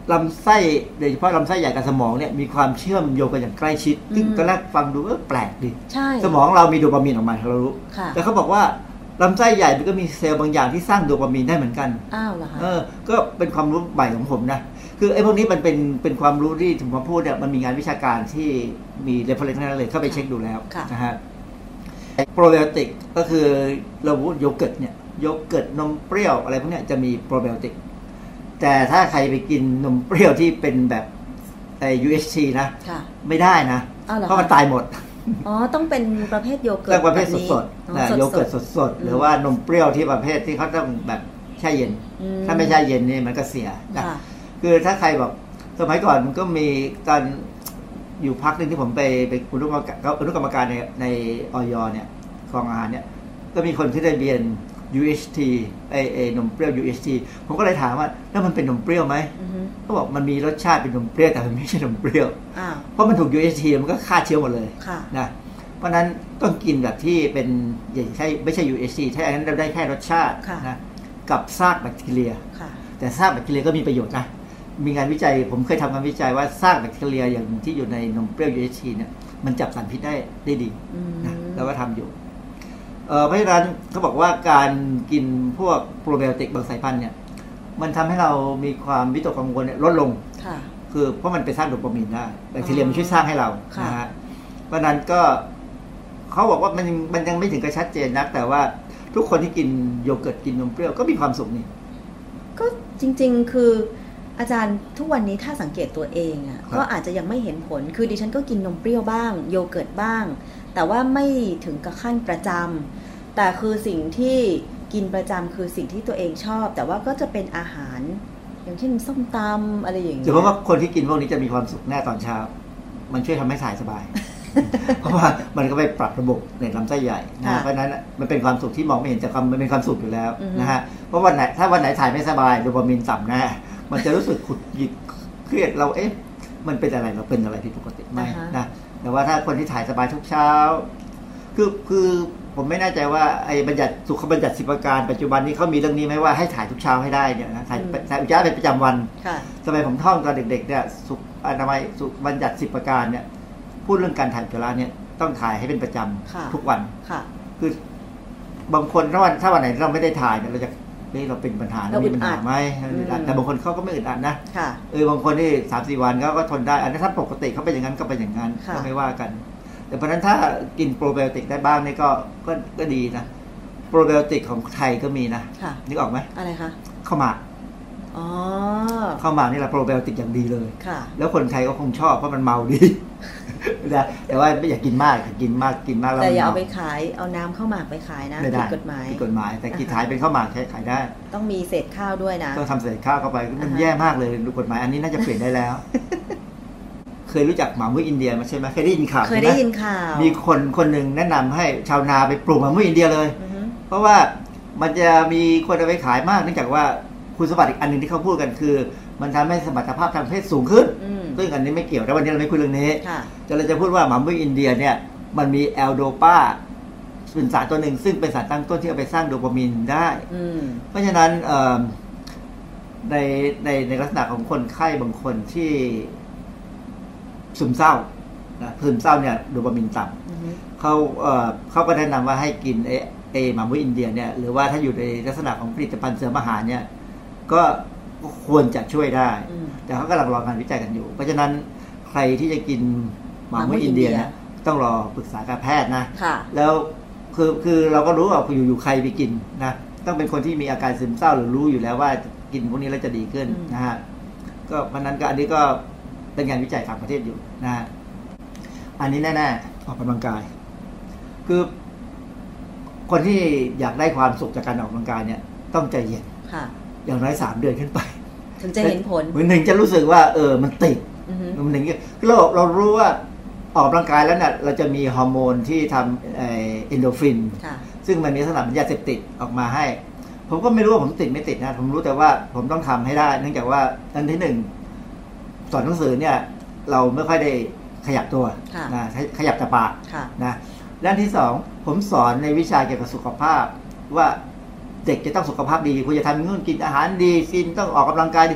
ลำไส้โดยเฉพาะลำไส้ใหญ่กับสมองเนี่ยมีความเชื่อมโยงกันอย่างใกล้ชิดซึ่งตอนแรกฟังดูเออแปลกดีสมองเรามีโดปามีนออกมาเรารู้แต่เขาบอกว่าลำไส้ใหญ่มันก็มีเซลล์บางอย่างที่สร้างโดปามีนได้เหมือนกันอ้าวเหรอคะเออก็เป็นความรู้ใหม่ของผมนะคือไอ้พวกนี้มันเป็นเป็นความรู้ที่ผมมาพูดเนี่ยมันมีงานวิชาการที่มีเรฟเฟอเรนซ์นั้นเลยเข้าไปเช็คดูแล้วนะฮะโปรไบโอติกก็คือเราพูดโยเกิร์ตเนี่ยโยเกิร์ตนมเปรี้ยวอะไรพวกนี้จะมีโปรไบโอติกแต่ถ้าใครไปกินนมเปรี้ยวที่เป็นแบบไอ้ ยู เอช ที นะไม่ได้นะเพราะมันตายหมดอ๋อต้องเป็นประเภทโยเกิร์ตประเภทสดๆนะโยเกิร์ตสดๆหรือว่านมเปรี้ยวที่ประเภทที่เขาต้องแบบแช่เย็นถ้าไม่แช่เย็นนี่มันก็เสียนะคือถ้าใครแบบสมัยก่อนมันก็มีตอนอยู่พักนึงที่ผมไปไปอนุกรรมการอนุกรรมการในในอย.เนี่ยกองอาหารเนี่ยก็มีคนที่ได้เรียน ยู เอช ที ไอไอนมเปรี้ยว ยู เอช ที ผมก็เลยถามว่าแล้วมันเป็นนมเปรี้ยวไหมเขาบอกมันมีรสชาติเป็นนมเปรี้ยวแต่มันไม่ใช่นมเปรี้ยวเพราะมันถูก ยู เอช ที มันก็ฆ่าเชื้อหมดเลยนะเพราะนั้นต้องกินแบบที่เป็นอย่างใช่ไม่ใช่ ยู เอช ที ใช่อันนั้นเราได้แค่รสชาตินะกับซากแบคทีเรียแต่ซากแบคทีเรียก็มีประโยชน์นะมีงานวิจัยผมเคยทำงานวิจัยว่าซากแบคทีเรียอย่างที่อยู่ในนมเปรี้ยว ยู เอช ที เนี่ยมันจับสารพิษได้ได้ดีนะแล้วก็ทำอยู่เอ่อเพราะฉะนั้นเขาบอกว่าการกินพวกโปรไบโอติกบางสายพันธุ์เนี่ยมันทำให้เรามีความวิตกกังวลลดลงคือเพราะมันไปสร้างโดปามีนได้แบคทีเรียมันช่วยสร้างให้เรานะฮะเพราะนั้นก็เขาบอกว่ามันมันยังไม่ถึงกับชัดเจนนักแต่ว่าทุกคนที่กินโยเกิร์ตกินนมเปรี้ยวก็มีความสุขนี่ก็จริงๆคืออาจารย์ทุกวันนี้ถ้าสังเกตตัวเองอ่ะก็อาจจะยังไม่เห็นผลคือดิฉันก็กินนมเปรี้ยวบ้างโยเกิร์ตบ้างแต่ว่าไม่ถึงกับขั้นประจำแต่คือสิ่งที่กินประจำคือสิ่งที่ตัวเองชอบแต่ว่าก็จะเป็นอาหารอย่างเช่นส้มตำอะไรอย่างเงี้ยเพราะว่าคนที่กินพวกนี้จะมีความสุขแน่ตอนเช้ามันช่วยทำให้ถ่ายสบาย เพราะว่ามันก็ไปปรับระบบในลำไส้ใหญ่นะเพราะนั้นมันเป็นความสุขที่มองไม่เห็นแต่ความมันเป็นความสุขอยู่แล้วนะฮะเพราะวันไหนถ้าวันไหนถ่ายไม่สบายโดปามีนต่ำแน่มันจะรู้สึกขุดหยิกเครียดเราเอ๊ะมันเป็นอะไรเราเป็นอะไรผิดปกติไหมนะแต่ว่าถ้าคนที่ถ่ายสบายทุกเช้าคือคือผมไม่แน่ใจว่าไอ้บัญญัติสุขบัญญัติสิบประการปัจจุบันนี้เขามีเรื่องนี้ไหมว่าให้ถ่ายทุกเช้าให้ได้เนี่ยนะถ่ายถ่ายอุจจาระเป็นประจำวันสมัยผมท่องตอนเด็กๆเนี่ยสุขอนามัยสุขบัญญัติสิบประการเนี่ยพูดเรื่องการถ่ายอุจจาระเนี่ยต้องถ่ายให้เป็นประจำทุกวันคือบางคนถ้าวันถ้าวันไหนเราไม่ได้ถ่ายเนี่ยเราจะนี่เราเป็นปัญหาเรามีปัญหาไหมแต่บางคนเขาก็ไม่อึดอัดนะเออบางคนที่สามสี่วันเขาก็ทนได้อันนี้ถ้าปกติเขาเป็นอย่างนั้นก็เป็นอย่างนั้นก็ไม่ว่ากันแต่เพราะนั้นถ้ากินโปรไบโอติกได้บ้างนี่ก็ก็ก็ดีนะโปรไบโอติกของไทยก็มีนะนึกออกไหมอะไรคะข้าวหมากอ๋อข้าวหมากนี่แหละโปรไบโอติกอย่างดีเลยแล้วคนไทยก็คงชอบเพราะมันเมาดีนะแต่ว่าไม่อยากกินมากอยากกินมากกินมากแล้วแต่อย่าเอาไปขายเอาน้ำข้าวหมากไปขายนะผิดกฎหมายผิดกฎหมายแต่กินขายเป็นข้าวหมากใช้ขายได้ต้องมีเศษข้าวด้วยนะต้องทำเศษข้าวเข้าไปมันแย่มากเลยดูกฎหมายอันนี้น่าจะเปลี่ยนได้แล้วเคยรู้จักหมามุ้ยอินเดียมาใช่ไหมเคยได้ยินข่าวเคยได้ยินข่าวมีคนคนหนึ่งแนะนำให้ชาวนาไปปลูกหมามุ้ยอินเดียเลยเพราะว่ามันจะมีคนเอาไปขายมากเนื่องจากว่าคุณสมบัติอีกอันหนึ่งที่เขาพูดกันคือมันทำให้สมรรถภาพทางเพศสูงขึ้นซึ่งอันนี้ไม่เกี่ยวแต่วันนี้เราไม่คุยเรื่องนี้แต่เราจะพูดว่าหมามุ้ยอินเดียเนี่ยมันมีแอลโดปาเป็นสารตัวหนึ่งซึ่งเป็นสารตั้งต้นที่เอาไปสร้างโดปามีนได้เพราะฉะนั้นในในในลักษณะของคนไข้บางคนที่ซึมเศร้านะซึมเศร้าเนี่ยโดปามีนต่ำเขาเอ่อเขาก็แนะนำว่าให้กินเอเอหมามุ้ยอินเดียเนี่ยหรือว่าถ้าอยู่ในลักษณะของผลิตภัณฑ์เสริมอาหารเนี่ยก็ควรจะช่วยได้แต่เขากำลังรองานวิจัยกันอยู่เพราะฉะนั้นใครที่จะกินหมามุ้ยอินเดียเนี่ยต้องรอปรึกษากับแพทย์นะแล้วคือคือเราก็รู้ว่าอยู่อยู่ใครไปกินนะต้องเป็นคนที่มีอาการซึมเศร้าหรือรู้อยู่แล้วว่ากินพวกนี้แล้วจะดีขึ้นนะฮะก็เพราะนั้นก็อันนี้ก็เป็นงานวิจัยต่างประเทศอยู่นะฮะอันนี้แน่ๆออกกำลังกายคือคนที่อยากได้ความสุขจากการออกกำลังกายเนี่ยต้องใจเย็นอย่างน้อยสามเดือนขึ้นไปถึงจะเห็นผลเหมือนถึงจะรู้สึกว่าเออมันติดมันอย่างเงี้ยเราเรารู้ว่าออกกำลังกายแล้วเนี่ยเราจะมีฮอร์โมนที่ทำเอ็นโดรฟินซึ่งมันมีลักษณะเป็นยาเสพติดออกมาให้ผมก็ไม่รู้ว่าผมติดไม่ติดนะผมรู้แต่ว่าผมต้องทำให้ได้เนื่องจากว่าอันที่หนึ่งสอนหนังสือเนี่ยเราไม่ค่อยได้ขยับตัวนะขยับแต่ปากนะด้านที่สองผมสอนในวิชาเกี่ยวกับสุขภาพว่าเด็กจะต้องสุขภาพดีคุณจะทำนู่นกินอาหารดีฟินต้องออกกำลังกายดี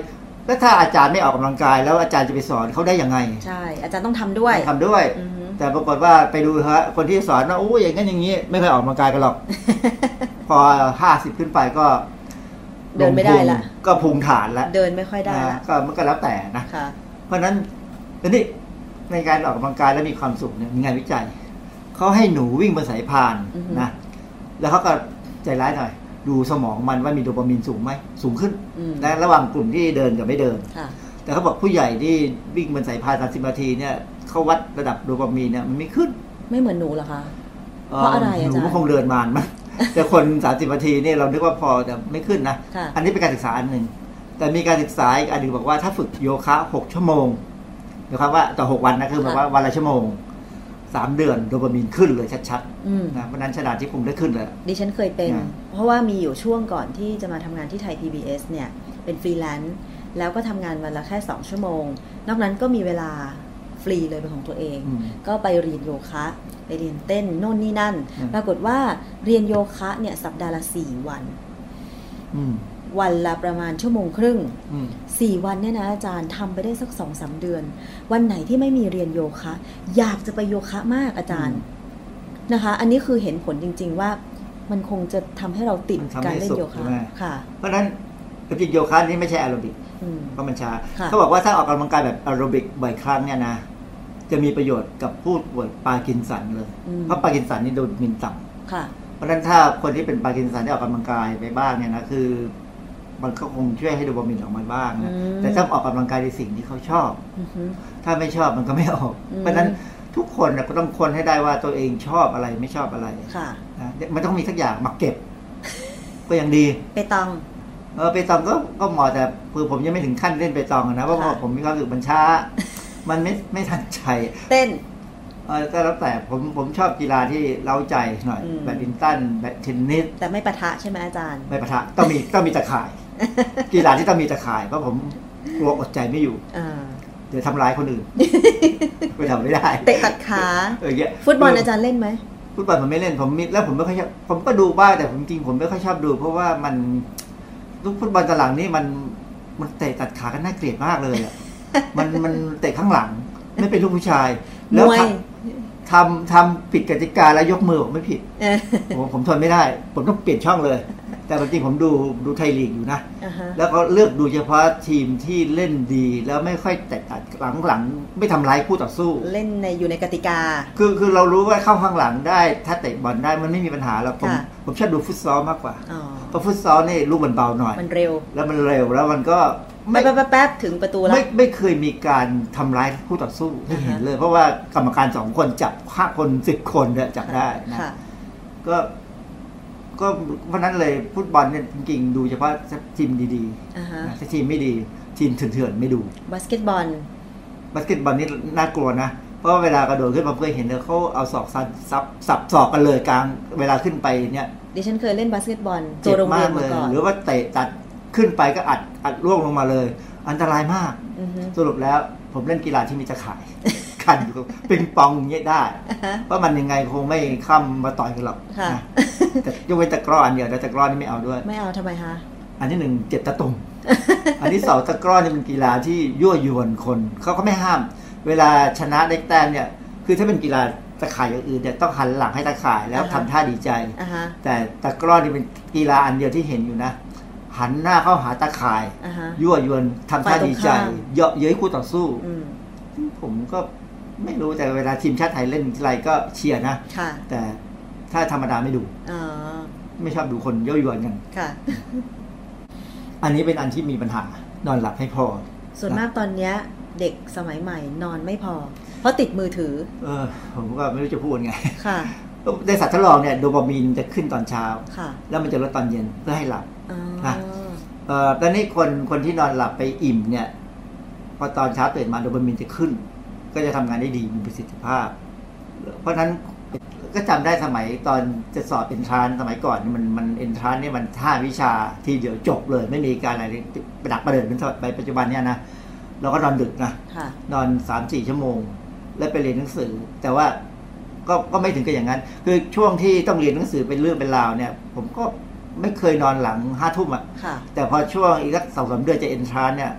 แล้วถ้าอาจารย์ไม่ออกกำลังกายแล้วอาจารย์จะไปสอนเขาได้ยังไงใช่อาจารย์ต้องทำด้วยทำด้วยแต่ปรากฏว่าไปดูฮะคนที่สอนว่าโอ้ยอย่างนั้นอย่างนี้ไม่เคยออกกำลังกายกันหรอก พอห้าสิบขึ้นไปก็เดินไม่ได้ละก็พุงฐานละเดินไม่ค่อยได้ละก็มันก็แล้วแต่นะเพราะฉะนั้นทีนี้ในการออกกำลังกายแล้วมีความสุขเนี่ยมีงานวิจัยเขาให้หนูวิ่งบนสายพานนะแล้วเขาก็ใจร้ายหน่อยดูสมองมันว่ามีโดปามีนสูงไหมสูงขึ้นนะระหว่างกลุ่มที่เดินกับไม่เดินแต่เขาบอกผู้ใหญ่ที่วิ่งบนสายพานสามสิบนาทีเนี่ยเขาวัดระดับโดปามีนเนี่ยมันไม่ขึ้นไม่เหมือนหนูเหรอคะเพราะอะไรอาจารย์หนูคงเดินมานมั้งแต่คนสามสิบนาทีเนี่ยเราคิดว่าพอแต่ไม่ขึ้นนะอันนี้เป็นการศึกษาอันหนึ่งแต่มีการศึกษาอีกอันหนึ่งบอกว่าถ้าฝึกโยคะหกชั่วโมงนะครับว่าต่อหกวันนะคือแบบว่าวันละชั่วโมงสามเดือนโดปามีนขึ้นเลยชัดๆนะเพราะนั้นชนะที่ผมได้ขึ้นเลยดิฉันเคยเป็นเพราะว่ามีอยู่ช่วงก่อนที่จะมาทำงานที่ไทย พี บี เอส เนี่ยเป็นฟรีแลนซ์แล้วก็ทำงานวันละแค่สองชั่วโมงนอกนั้นก็มีเวลาฟรีเลยเป็นของตัวเองก็ไปเรียนโยคะไปเรียนเต้นโน่นนี่นั่นปรากฏว่าเรียนโยคะเนี่ยสัปดาห์ละสี่วันวันละประมาณชั่วโมงครึ่งสี่วันเนี่ยนะอาจารย์ทำไปได้สัก สองถึงสาม เดือนวันไหนที่ไม่มีเรียนโยคะอยากจะไปโยคะมากอาจารย์นะคะอันนี้คือเห็นผลจริงๆว่ามันคงจะทำให้เราติดการเล่นโยคะค่ะเพราะฉะนั้นจริงโยคะนี้ไม่ใช่แอโรบิกเพราะมันช้าเขาบอกว่าถ้าออกกำลังกายแบบแอโรบิกบ่อยครั้งเนี่ยนะจะมีประโยชน์กับผู้ป่วยปาร์กินสันเลยเพราะปาร์กินสันนี่โดนมินต่ำเพราะฉะนั้นถ้าคนที่เป็นปาร์กินสันได้ออกกำลังกายไปบ้างเนี่ยนะคือมันก็คงช่วยให้โดปามีนออกมาบ้างนะแต่ต้องออกกำลังกายในสิ่งที่เขาชอบถ้าไม่ชอบมันก็ไม่ออกเพราะฉะนั้นทุกคนก็ต้องคนให้ได้ว่าตัวเองชอบอะไรไม่ชอบอะไรนะมันต้องมีสักอย่างมาเก็บก็ยังดีไปตองเออไปตองก็ก็เหมาะแต่คือผมยังไม่ถึงขั้นเล่นไปตองนะเพราะว่าผมมีความรู้สึกมันช้ามันไม่ไม่ทันใจเต้นเออก็แล้วแต่ผมผมชอบกีฬาที่เร้าใจหน่อยแบดมินตันแบดเทนนิสแต่ไม่ปะทะใช่ไหมอาจารย์ไม่ปะทะต้องมีต้องมีตะข่ายกีฬาที่ต้องมีตะข่ายเพราะผมกลัวอดใจไม่อยู่เดี๋ยวทำร้ายคนอื่นไม่ทำไม่ได้เตะตัดขาฟุตบอลอาจารย์เล่นไหมฟุตบอลผมไม่เล่นผมมีแล้วผมไม่ค่อยชอบผมก็ดูบ้างแต่จริงๆผมไม่ค่อยชอบดูเพราะว่ามันลูกฟุตบอลตะหลังนี่มันมันเตะตัดขากันน่าเกลียดมากเลยอ่ะมันมันเตะข้างหลังไม่เป็นลูกผู้ชายแล้วทำทำผิดกติกาแล้วยกมือผมไม่ผิดผมผมทนไม่ได้ผมต้องเปลี่ยนช่องเลยแต่จริงผมดูดูไทยลีกอยู่นะ uh-huh. แล้วก็เลือกดูเฉพาะทีมที่เล่นดีแล้วไม่ค่อยแตะตัดหลังๆไม่ทำร้ายคู่ต่อสู้เล่นในอยู่ในกติกาคือคือเรารู้ว่าเข้าข้างหลังได้ถ้าเตะบอลได้มันไม่มีปัญหาแล้วผมผมชอบดูฟุตซอลมากกว่าเพราะฟุตซอลนี่ลูกมันเบาหน่อยมันเร็วแล้วมันเร็วแล้วมันก็ไม่แป๊บๆถึงประตูแล้วไม่ไม่เคยมีการทำร้ายคู่ต่อสู้ที่เห็นเลยเพราะว่ากรรมการสองคนจับห้าคนสิบคนเนี่ยจับได้นะก็ก็เพราะนั้นเลยฟุตบอลเนี่ยจริงๆดูเฉพาะทีมดีๆถ้าทีมไม่ดีทีมเถื่อนๆไม่ดูบาสเกตบอลบาสเกตบอลนี่น่ากลัวนะเพราะเวลากระโดดขึ้นมาเคยเห็นเลยเขาเอาศอกซับซับสับศอกกันเลยกลางเวลาขึ้นไปเนี่ยดิฉันเคยเล่นบาสเกตบอลตัวโรงเรียนมาก่อนหรือว่าเตะตัดขึ้นไปก็อัดอัดร่วงลงมาเลยอันตรายมากสรุปแล้วผมเล่นกีฬาที่มีตะข่ายกันอยู่ปิงปองอย่างเงี้ยได้เพราะมันยังไงคงไม่ข้ามมาต่อยกันหรอกแต่ยกเว้นตะกร้ออันเดียวแต่ตะกร้อนี่ไม่เอาด้วยไม่เอาทำไมคะอันที่หนึ่งเจ็บตะตุ่มอันที่สองตะกร้อนี่เป็นกีฬาที่ยั่วยวนคนเขาก็ไม่ห้ามเวลาชนะได้แต้มเนี่ยคือถ้าเป็นกีฬาตะข่ายอย่างอื่นเนี่ยต้องหันหลังให้ตะข่ายแล้วทำท่าดีใจแต่ตะกร้อนี่เป็นกีฬาอันเดียวที่เห็นอยู่นะหันหน้าเข้าหาตะข่ายยั่วยวนทำท่าดีใจเยาะเย้ยคู่ต่อสู้ผมก็ไม่รู้แต่เวลาทีมชาติไทยเล่นอะไรก็เชียร์นะแต่ถ้าธรรมดาไม่ดูไม่ชอบดูคนเย้ายวนกันอันนี้เป็นอันที่มีปัญหานอนหลับให้พอส่วนมากตอนนี้เด็กสมัยใหม่นอนไม่พอเพราะติดมือถือเออผมก็ไม่รู้จะพูดไงในสัตว์ทดลองเนี่ยโดปามีนจะขึ้นตอนเช้าแล้วมันจะลดตอนเย็นเพื่อให้หลับนะเอ่อตอนนี้คนคนที่นอนหลับไปอิ่มเนี่ยพอตอนเช้าตื่นมาโดปามีนจะขึ้นก็จะทำงานได้ดีมีประสิทธิภาพเพราะฉะนั้นก็จำได้สมัยตอนจะสอบเอนทรานซ์สมัยก่อนมันมันเอนทรานซ์เนี่ยมันห้าวิชาทีเดียวจบเลยไม่มีการอะไรประดักประเดิดเป็นไปปัจจุบันเนี่ยนะเราก็นอนดึกนะนอน สามถึงสี่ ชั่วโมงแล้วไปเรียนหนังสือแต่ว่าก็ก็ไม่ถึงกับอย่างนั้นคือช่วงที่ต้องเรียนหนังสือเป็นเรื่องเป็นราวเนี่ยผมก็ไม่เคยนอนหลังห้าทุ่มอ่ะแต่พอช่วงอีกสักสองสามเดือนจะเอนทรานซ์เนี่ย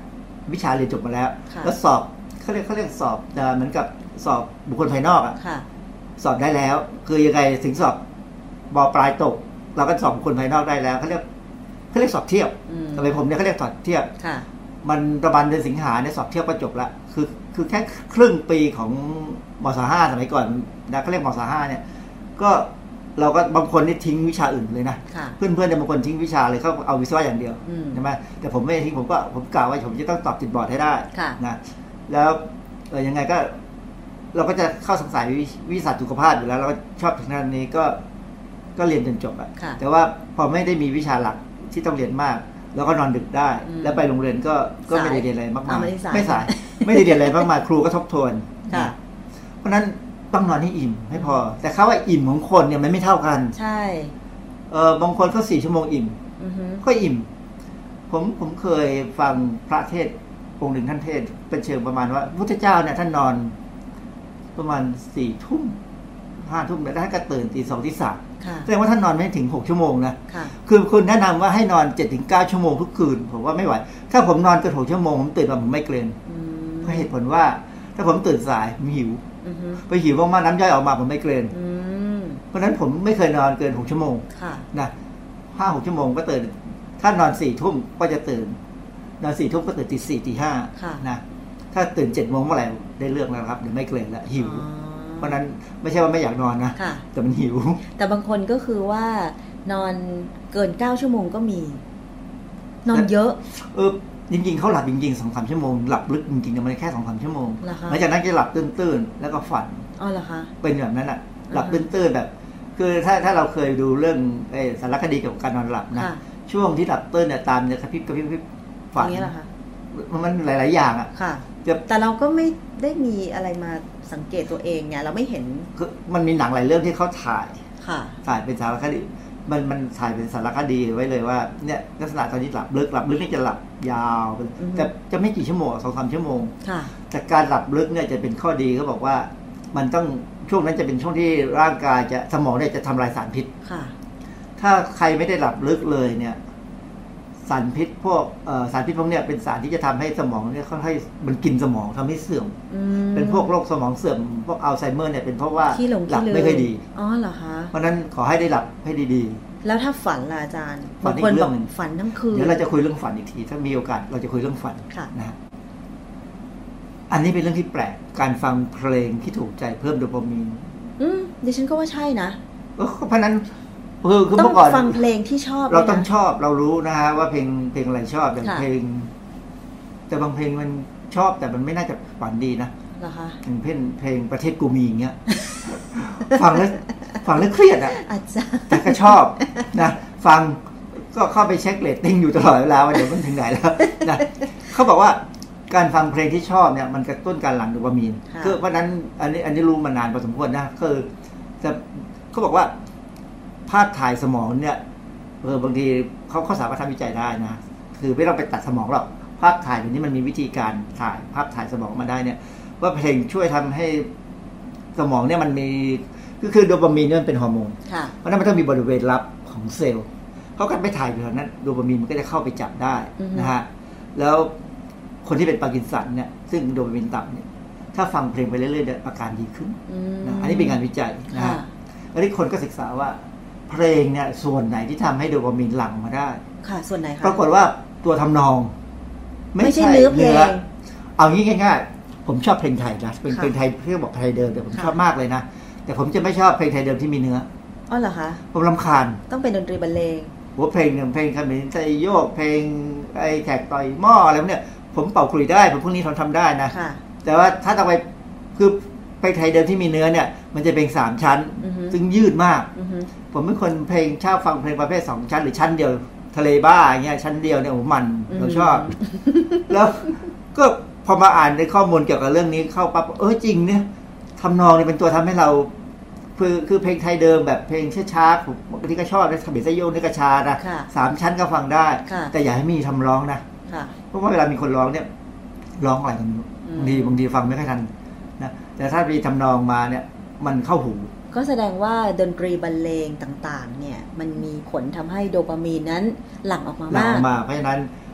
วิชาเรียนจบมาแล้วแล้วสอบเขาเรียกเขาเรียกสอบเหมือนกับสอบบุคคลภายนอกอ่ะสอบได้แล้วคือยังไงถึงสอบบปลายตกเราก็สอบบุคคลภายนอกได้แล้วเขาเรียกเขาเรียกสอบเทียบสมัยผมเนี่ยเขาเรียกสอบเทียบมันประมาณเดือนสิงหาเนี่ยสอบเทียบก็จบละคือคือแค่ครึ่งปีของมศห้าสมัยก่อนนะเขาเรียกมศห้าเนี่ยก็เราก็บางคนนี่ทิ้งวิชาอื่นเลยนะเพื่อนเพื่อนเนี่ยบางคนทิ้งวิชาเลยเขาเอาวิศวะอย่างเดียวใช่ไหมแต่ผมไม่ทิ้งผมก็ผมกล่าวว่าผมจะต้องตอบติดบอร์ดให้ได้นะแล้วเออยังไงก็เราก็จะเข้าสงสัยวิชาสุขภาพอยู่แล้วเราก็ชอบทางด้านนี้ก็ก็เรียนจนจบอะแต่ว่าพอไม่ได้มีวิชาหลักที่ต้องเรียนมากแล้วก็นอนดึกได้แล้วไปโรงเรียนก็ก็ไม่ได้เรียนอะไรมากมายไม่สายไม่ได้เรียนอะไรมากมายครูก็ทบทวนเพราะนั้นต้องนอนให้อิ่มให้พอแต่เขาว่าอิ่มของคนเนี่ยมันไม่เท่ากันใช่เออบางคนก็สี่ชั่วโมงอิ่มก็อิ่มผมผมเคยฟังพระเทศองค์หนึ่งท่านเทศเป็นเชิงประมาณว่าพุทธเจ้าเนี่ยท่านนอนประมาณสี่ทุ่มห้าทุ่มแล้วท่านก็ตื่นตีสองตีสามแสดงว่าท่านนอนไม่ถึงหกชั่วโมงนะคือคุณแนะนำว่าให้นอนเจ็ดถึงเก้าชั่วโมงทุกคืนผมว่าไม่ไหวถ้าผมนอนเกินหกชั่วโมงผมตื่นมาผมไม่เกรงเพราะเหตุผลว่าถ้าผมตื่นสายผมหิวไปหิวมากๆน้ำย่อยออกมาผมไม่เกรงเพราะฉะนั้นผมไม่เคยนอนเกินหกชั่วโมงนะห้าหกชั่วโมงก็ตื่นถ้านอนสี่ทุ่มก็จะตื่นนอนสี่ทุ่มก็ตื่นตีสี่ตีห้านะถ้าตื่นเจ็ดโมงเมื่อไหร่ได้เรื่องแล้วครับเดี๋ยวไม่เกรงแล้วหิวเพราะนั้นไม่ใช่ว่าไม่อยากนอนนะแต่มันหิวแต่บางคนก็คือว่านอนเกินเก้าชั่วโมงก็มีนอนเยอะเออจริงๆเขาหลับจริงๆสองสามชั่วโมงหลับลึกจริงๆมันแค่สองสามชั่วโมงหลังจากนั้นจะหลับตื้นๆแล้วก็ฝันอ๋อเหรอคะเป็นแบบนั้นอ่ะหลับตื้นๆแบบคือถ้าถ้าเราเคยดูเรื่องไอ้สารคดีเกี่ยวกับการนอนหลับนะช่วงที่หลับตื้นเนี่ยตามเนี่ยกระพริบกระพริบกระพริบฝันอย่างนี้เหรอคะมันหลายๆอย่างอ่ะค่ะแต่เราก็ไม่ได้มีอะไรมาสังเกตตัวเองไงเราไม่เห็นคือมันมีหนังหลายเรื่องที่เขาถ่ายถ่ายเป็นสารคดีมันมันถ่ายเป็นสารคดีไว้เลยว่าเนี่ยลักษณะตอนนี้หลับลึกหลับลึกนี่จะหลับยาวแต่จะไม่กี่ชั่วโมงสองสามชั่วโมงแต่การหลับลึกเนี่ยจะเป็นข้อดีเขาบอกว่ามันต้องช่วงนั้นจะเป็นช่วงที่ร่างกายจะสมองเนี่ยจะทำลายสารพิษถ้าใครไม่ได้หลับลึกเลยเนี่ยสารพิษพวกสารพิษพวกเนี้ยเป็นสารที่จะทำให้สมองเนี่ยค่อยๆมันกินสมองทำให้เสื่อมเป็นพวกโรคสมองเสื่อมพวกอัลไซเมอร์เนี่ยเป็นเพราะว่าหลับไม่ค่อยดีอ๋อเหรอคะเพราะนั้นขอให้ได้หลับให้ดีๆแล้วถ้าฝันล่ะอาจารย์บางคนบอกฝันทั้งคืนเดี๋ยวเราจะคุยเรื่องฝันอีกทีถ้ามีโอกาสเราจะคุยเรื่องฝันนะอันนี้เป็นเรื่องที่แปลกการฟังเพลงที่ถูกใจเพิ่มโดปามีนอืมดิฉันก็ว่าใช่นะเพราะนั้นคือคือเมื่อก่อนฟังเพลงที่ชอบเราต้องชอบเรารู้นะฮะว่าเพลงเพลงอะไรชอบอย่างเพลงแต่บางเพลงมันชอบแต่มันไม่น่าจะฝันดีนะเหรอคะอย่างเพลงเพลงประเทศกูมีอย่างเงี้ยฟังแล้วฟังแล้วเครียดอ่ะอาจารย์แต่ก็ชอบนะฟังก็เข้าไปเช็คเรตติ้งอยู่ตลอดเวลาว่าเดี๋ยวมันถึงไหนแล้วนะเขาบอกว่าการฟังเพลงที่ชอบเนี่ยมันกระตุ้นการหลั่งโดปามีนคือเพราะนั้นอันนี้อันนี้รู้มานานพอสมควรนะคือจะเขาบอกว่าภาพถ่ายสมองเนี่ยเออบางทีเขาเขาสามารถทำวิจัยได้นะคือไม่ต้องไปตัดสมองหรอกภาพถ่ายอย่างนี้มันมีวิธีการถ่ายภาพถ่ายสมองมาได้เนี่ยว่าเพลงช่วยทำให้สมองเนี่ยมันมีก็คือโดปามีนเนี่ยมันเป็นฮอร์โมนเพราะนั้นมันต้องมีบริเวณลับของเซลล์เขาก็ไปถ่ายอยู่แถวนั้นโดปามีนมันก็จะเข้าไปจับได้นะฮะแล้วคนที่เป็นพาร์กินสันเนี่ยซึ่งโดปามีนต่ำเนี่ยถ้าฟังเพลงไปเรื่อยๆอาการดีขึ้นนะอันนี้เป็นงานวิจัยนะฮะแล้วที่คนก็ศึกษาว่าเพลงเนี่ยส่วนไหนที่ทำให้โดปามีนหลั่งมาได้ค่ะส่วนไหนคะปรากฏว่าตัวทำนองไม่ใช่เนื้อเพลงเอางี้ง่ายๆผมชอบเพลงไทยนะเป็นเพลงไทยเพื่อบอกไทยเดิมแต่ผมชอบมากเลยนะแต่ผมจะไม่ชอบเพลงไทยเดิมที่มีเนื้ออ๋อเหรอคะผมรำคาญต้องเป็นดนตรีบรรเลงหัวเพลงเพลงคำนี้ใจโยกเพลงไอ้แขกต่อยหม้ออะไรพวกเนี้ยผมเป่าขลุ่ยได้ผมพวกนี้ทำทำได้นะแต่ว่าถ้าต้องไปคือเพลงไทยเดิมที่มีเนื้อเนี่ยมันจะเป็นสามชั้นซึ่งยืดมากผมเป็นคนเพลงชอบฟังเพลงประเภทสองชั้นหรือชั้นเดียวทะเลบ้าอย่างเงี้ยชั้นเดียวเนี่ยโอ้มันเราชอบแล้วก็พอมาอ่านในข้อมูลเกี่ยวกับเรื่องนี้เข้าปั๊บเออจริงเนี่ยทำนองเนี่ยเป็นตัวทำให้เราคือคือเพลงไทยเดิมแบบเพลงช้าๆผมบางทีก็ชอบนะทำเบสโยนี่ก็ช้านะสามชั้นก็ฟังได้แต่อย่าให้มีทำร้องนะเพราะว่าเวลามีคนร้องเนี่ยร้องอะไรกันบางทีบางทีฟังไม่ค่อยทันนะแต่ถ้ามีทำนองมาเนี่ยมันเข้าหูก็แสดงว่าดนตรีบรรเลงต่างๆเนี่ยมันมีผลทำให้โดปามีนนั้นหลั่งออกมามากหลั่งออกมาเพราะฉะนั้น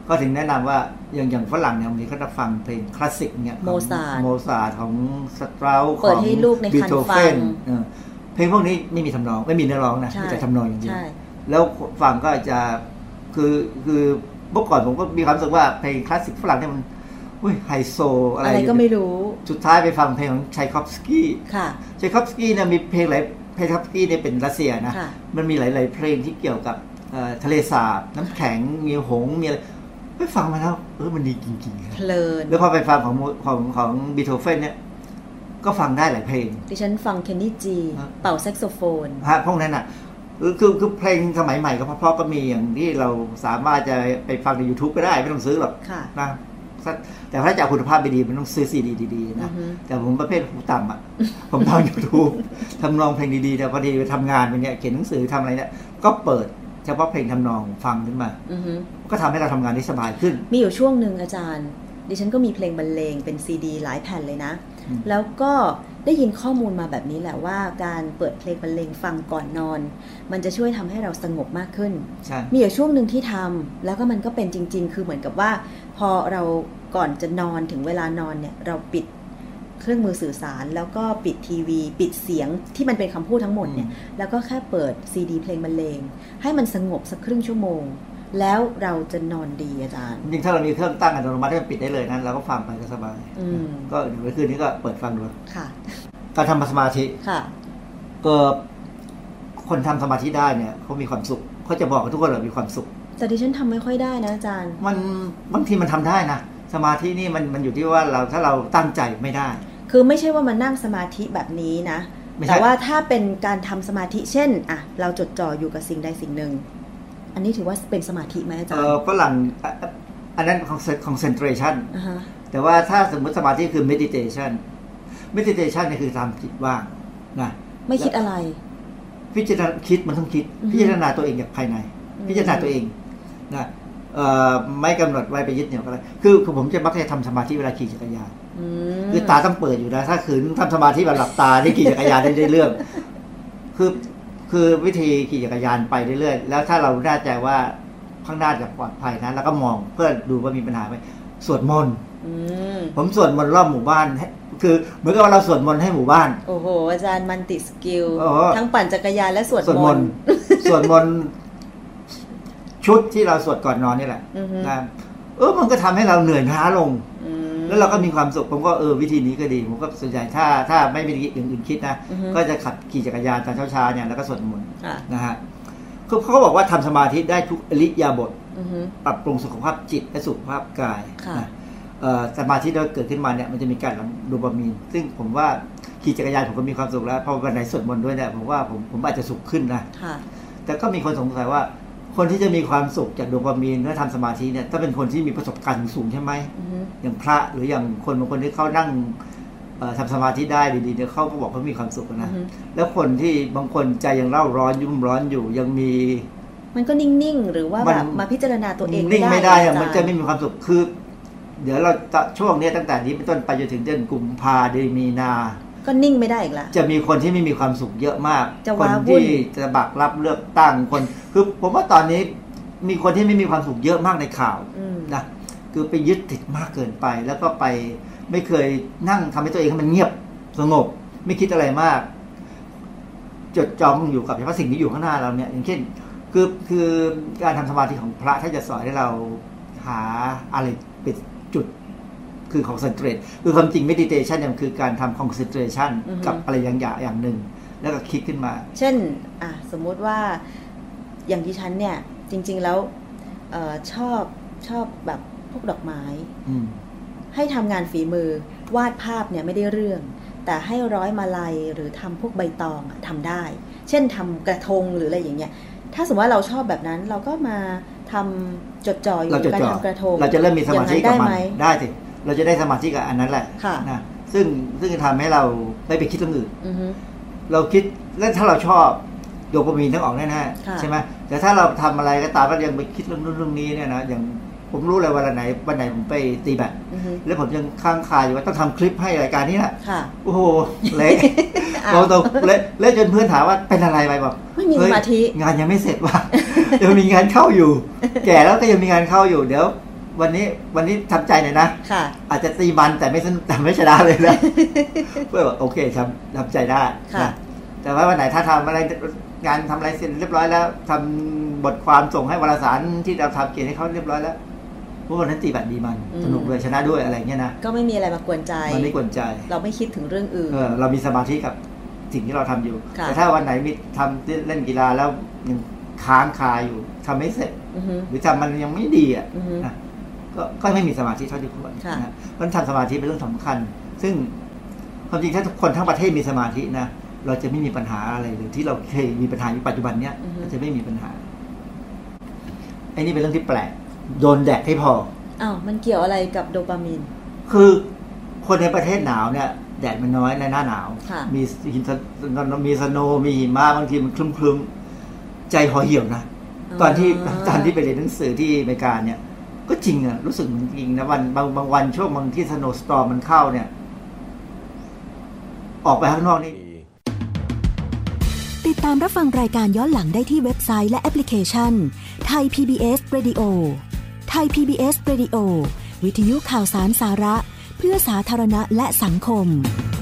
ก็ถึงแนะนำว่าอย่างอย่างฝรั่งเนี่ยบางทีเขาจะฟังเพลงคลาสสิกเนี่ยโมซาร์ทโมซาร์ทของสตราสเปิดให้ลูกในคันฟังเพลงพวกนี้ไม่มีทำนองไม่มีเนื้อร้องนะมีแต่ทำนองอย่างเดียวแล้วฟังก็จะคือคือเมื่อก่อนผมก็มีความรู้สึกว่าเพลงคลาสสิกฝรั่งเนี่ยมันอุ้ยไฮโซอะไรอะไรก็ไม่รู้สุดท้ายไปฟังเพลงของชัยคอฟสกี้ค่ะชัยคอฟสกี้เนี่ยมีเพลงหลายเพลงชัยคอฟสกี้เนี่ยเป็นรัสเซียนะมันมีหลายๆเพลงที่เกี่ยวกับทะเลสาบน้ำแข็งมีหงมีอะไรไปฟังมาแล้วเออมันดีจริงๆเพลินแล้วพอไปฟังของของของบีโธเฟนเนี่ยก็ฟังได้หลายเพลงดิฉันฟังเคนนี่จีเป่าแซกโซโฟนฮะพวกนั้นอ่ะคือคือเพลงสมัยใหม่ก็เพราะก็มีอย่างที่เราสามารถจะไปฟังใน YouTube ก็ได้ไม่ต้องซื้อหรอกนะแต่ถ้าจะเอาคุณภาพดีๆมันต้องซื้อซีดีดีๆนะแต่ผมประเภทหูต่ำอ่ะผมฟัง YouTube ทำนองเพลงดีๆแต่พอดีไปทำงานไปเนี่ยเขียนหนังสือทำอะไรเนี่ยก็เปิดเฉพาะเพลงทำนองฟังขึ้นมาก็ทำให้เราทำงานได้สบายขึ้นมีอยู่ช่วงหนึ่งอาจารย์ดิฉันก็มีเพลงบรรเลงเป็นซีดีหลายแผ่นเลยนะแล้วก็ได้ยินข้อมูลมาแบบนี้แหละว่าการเปิดเพลงบรรเลงฟังก่อนนอนมันจะช่วยทำให้เราสงบมากขึ้นมีอยู่ช่วงหนึ่งที่ทำแล้วก็มันก็เป็นจริงๆคือเหมือนกับว่าพอเราก่อนจะนอนถึงเวลานอนเนี่ยเราปิดเครื่องมือสื่อสารแล้วก็ปิดทีวีปิดเสียงที่มันเป็นคำพูดทั้งหมดเนี่ยแล้วก็แค่เปิดซีดีเพลงบรรเลงให้มันสงบสักครึ่งชั่วโมงแล้วเราจะนอนดีอาจารย์จริงถ้าเรามีเครื่องตั้งอัตโนมัติให้มันปิดได้เลยนั้นเราก็ฟังไปก็สบายก็เดี๋ยวคืนนี้ก็เปิดฟังดูค่ะการทำสมาธิค่ะก็คนทำสมาธิได้เนี่ยเขามีความสุขเขาจะบอกกับทุกคนว่ามีความสุขแต่ดิฉันทำไม่ค่อยได้นะอาจารย์มันบางทีมันทำได้นะสมาธินี่มันมันอยู่ที่ว่าเราถ้าเราตั้งใจไม่ได้คือไม่ใช่ว่ามันนั่งสมาธิแบบนี้นะแต่ว่าถ้าเป็นการทำสมาธิเช่นอ่ะเราจดจ่ออยู่กับสิ่งใดสิ่งหนึ่งอันนี้ถือว่าเป็นสมาธิไหมอาจารย์เออฝรั่งอันนั้น concentration แต่ว่าถ้าสมมติสมาธิคือ meditation meditation นี่คือทำจิตว่างนะไม่คิดอะไรพิจารณาคิดมันต้องคิดพิจารณาตัวเองจากภายในพิจารณาตัวเองนะไม่กำหนดไว้ไปยึดเหนี่ยวอะไรคือผมจะมักจะทำสมาธิเวลาขี่จักรยานคือตาต้องเปิดอยู่นะถ้าขืนทำสมาธิแบบหลับตาที่ขี่จักรยานได้เรื่องคือคือวิธีขี่จักรยานไปเรื่อยๆแล้วถ้าเราแน่ใจว่าข้างหน้าจะปลอดภัยนะแล้วก็มองเพื่อดูว่ามีปัญหาไหมสวดมนต์ผมสวดมนต์รอบหมู่บ้านคือเหมือนกับว่าเราสวดมนต์ให้หมู่บ้านโอ้โหอาจารย์มันติสกิลทั้งปั่นจักรยานและสวดมนต์สวดมนต์ชุดที่เราสวดก่อนนอนนี่แหละนะเออมันก็ทำให้เราเหนื่อยล้าลงแล้วเราก็มีความสุขผมก็เออวิธีนี้ก็ดีผมก็ส่วนใหญ่ถ้าถ้าไม่มีอย่างอื่นคิดนะก็จะขับขี่จักรยานตอนเช้าๆเนี่ยแล้วก็สวดมนต์นะฮะเขาก็บอกว่าทำสมาธิได้ทุกอิริยาบถปรับปรุงสุขภาพจิตและสุขภาพกายสมาธิที่เกิดขึ้นมาเนี่ยมันจะมีการหลั่งโดปามีนซึ่งผมว่าขี่จักรยานผมก็มีความสุขแล้วพอวันไหนสวดมนต์ด้วยเนี่ยผมว่าผมผมอาจจะสุขขึ้นนะแต่ก็มีคนสงสัยว่าคนที่จะมีความสุขจากโดปามีนเมื่อทำสมาธิเนี่ยถ้าเป็นคนที่มีประสบการณ์สูงใช่ไหมอย่างพระหรืออย่างคนบางคนที่เขานั่งทำสมาธิได้ดีๆเนี่ยเขาก็บอกเขามีความสุขนะแล้วคนที่บางคนใจยังเล่าร้อนยุ่มร้อนอยู่ยังมีมันก็นิ่งๆหรือว่าแบบมาพิจารณาตัวเองนิ่งไม่ได้มันจะไม่มีความสุขคือเดี๋ยวเราช่วงนี้ตั้งแต่นี้เป็นต้นไปจนถึงเดือนกุมภาเดือนมีนาก็นิ่งไม่ได้อีกแล้วจะมีคนที่ไม่มีความสุขเยอะมากคนที่จะบักรับเลือกตั้งคนคือผมว่าตอนนี้มีคนที่ไม่มีความสุขเยอะมากในข่าวนะคือไปยึดติดมากเกินไปแล้วก็ไปไม่เคยนั่งทำให้ตัวเองให้มันเงียบสงบไม่คิดอะไรมากจดจ่ออยู่กับเฉพาะสิ่งที่อยู่ข้างหน้าเราเนี่ยอย่างเช่นคือคือการทำสมาธิของพระถ้าจะสอนให้เราหาอะไรเป็นจุดคือ concentrate คือความจริง meditation เนี่ยคือการทำ concentration กับอะไรอย่างอย่างหนึ่งแล้วก็คิดขึ้นมาเช่นอ่ะสมมุติว่าอย่างที่ฉันเนี่ยจริงๆแล้วเอ่อชอบชอบแบบพวกดอกไม้ให้ทำงานฝีมือวาดภาพเนี่ยไม่ได้เรื่องแต่ให้ร้อยมาลัยหรือทำพวกใบตองทำได้เช่นทำกระทงหรืออะไรอย่างเงี้ยถ้าสมมติว่าเราชอบแบบนั้นเราก็มาทำจดจ่ออยู่การทำกระทงเราจะเริ่มมีสมาธิกับมันได้สิเราจะได้สมาธิกับอันนั้นแหละนะซึ่งซึ่งจะทำให้เราไม่ไปคิดเรื่องอื่นเราคิดแล้วถ้าเราชอบโดปามีนทั้งออกแน่ๆใช่ไหมแต่ถ้าเราทำอะไรก็ตามแล้วยังไปคิดเรื่องนู้นเรื่องนี้เนี่ยนะอย่างผมรู้เลยวันไหนวันไหนผมไปตีแบดแล้วผมยังค้างคาอยู่ว่าต้องทำคลิปให้รายการนี้แหละโอ้โหเละเราต้องเละเละจนเพื่อนถามว่าเป็นอะไรไปบอกไม่มีสมาธิงานยังไม่เสร็จว่ะยังมีงานเข้าอยู่แก่แล้วก็ยังมีงานเข้าอยู่เดี๋ยววันนี้วันนี้ทำใจหน่อยนะค่ะอาจจะตีมันแต่ไม่แต่ไม่ชนะเลยนะ เพื่อบอกโอเคทำทำใจได้นะแต่ว่าวันไหนถ้าทำอะไรงานทำอะไรเสร็จเรียบร้อยแล้วทำบทความส่งให้วารสารที่เราทำเขียนให้เขาเรียบร้อยแล้วพวกวันนั้นตีบัตรดีมันสนุกเลยชนะด้วยอะไรเงี้ยนะก็ไม่มีอะไรมากวนใจมันไม่กวนใจเราไม่คิดถึงเรื่องอื่นเออเรามีสมาธิกับสิ่งที่เราทำอยู่แต่ถ้าวันไหนมีทำเล่นกีฬาแล้วยังค้างคาอยู่ทำไม่เสร็จหรือทำมันยังไม่ดีอ่ะนะก็ก็ไม่มีสมาธิเท่าที่ควรนะเพราะทำสมาธิเป็นเรื่องสำคัญซึ่งความจริงถ้าทุกคนทั้งประเทศมีสมาธินะเราจะไม่มีปัญหาอะไรเลยที่เราเคยมีปัญหาอยู่ปัจจุบันเนี้ยเราจะไม่มีปัญหาไอ้นี่เป็นเรื่องที่แปลกโดนแดดให้พออ้าวมันเกี่ยวอะไรกับโดปามีนคือคนในประเทศหนาวเนี่ยแดดมันน้อยในหน้าหนาวมีหินมีสโนว์มีหิมะบางทีมันคลึ้มๆใจห่อเหี่ยวนะตอนที่ตอนที่ไปเรียนหนังสือที่อเมริกาเนี่ยก็จริงอะรู้สึกจริงนะวันบางบางวันช่วงบางที่สโนว์สตอร์มมันเข้าเนี่ยออกไปข้างนอกนี่ติดตามรับฟังรายการย้อนหลังได้ที่เว็บไซต์และแอปพลิเคชัน Thai พี บี เอส Radio Thai พี บี เอส Radio วิทยุข่าวสารสาระเพื่อสาธารณะและสังคม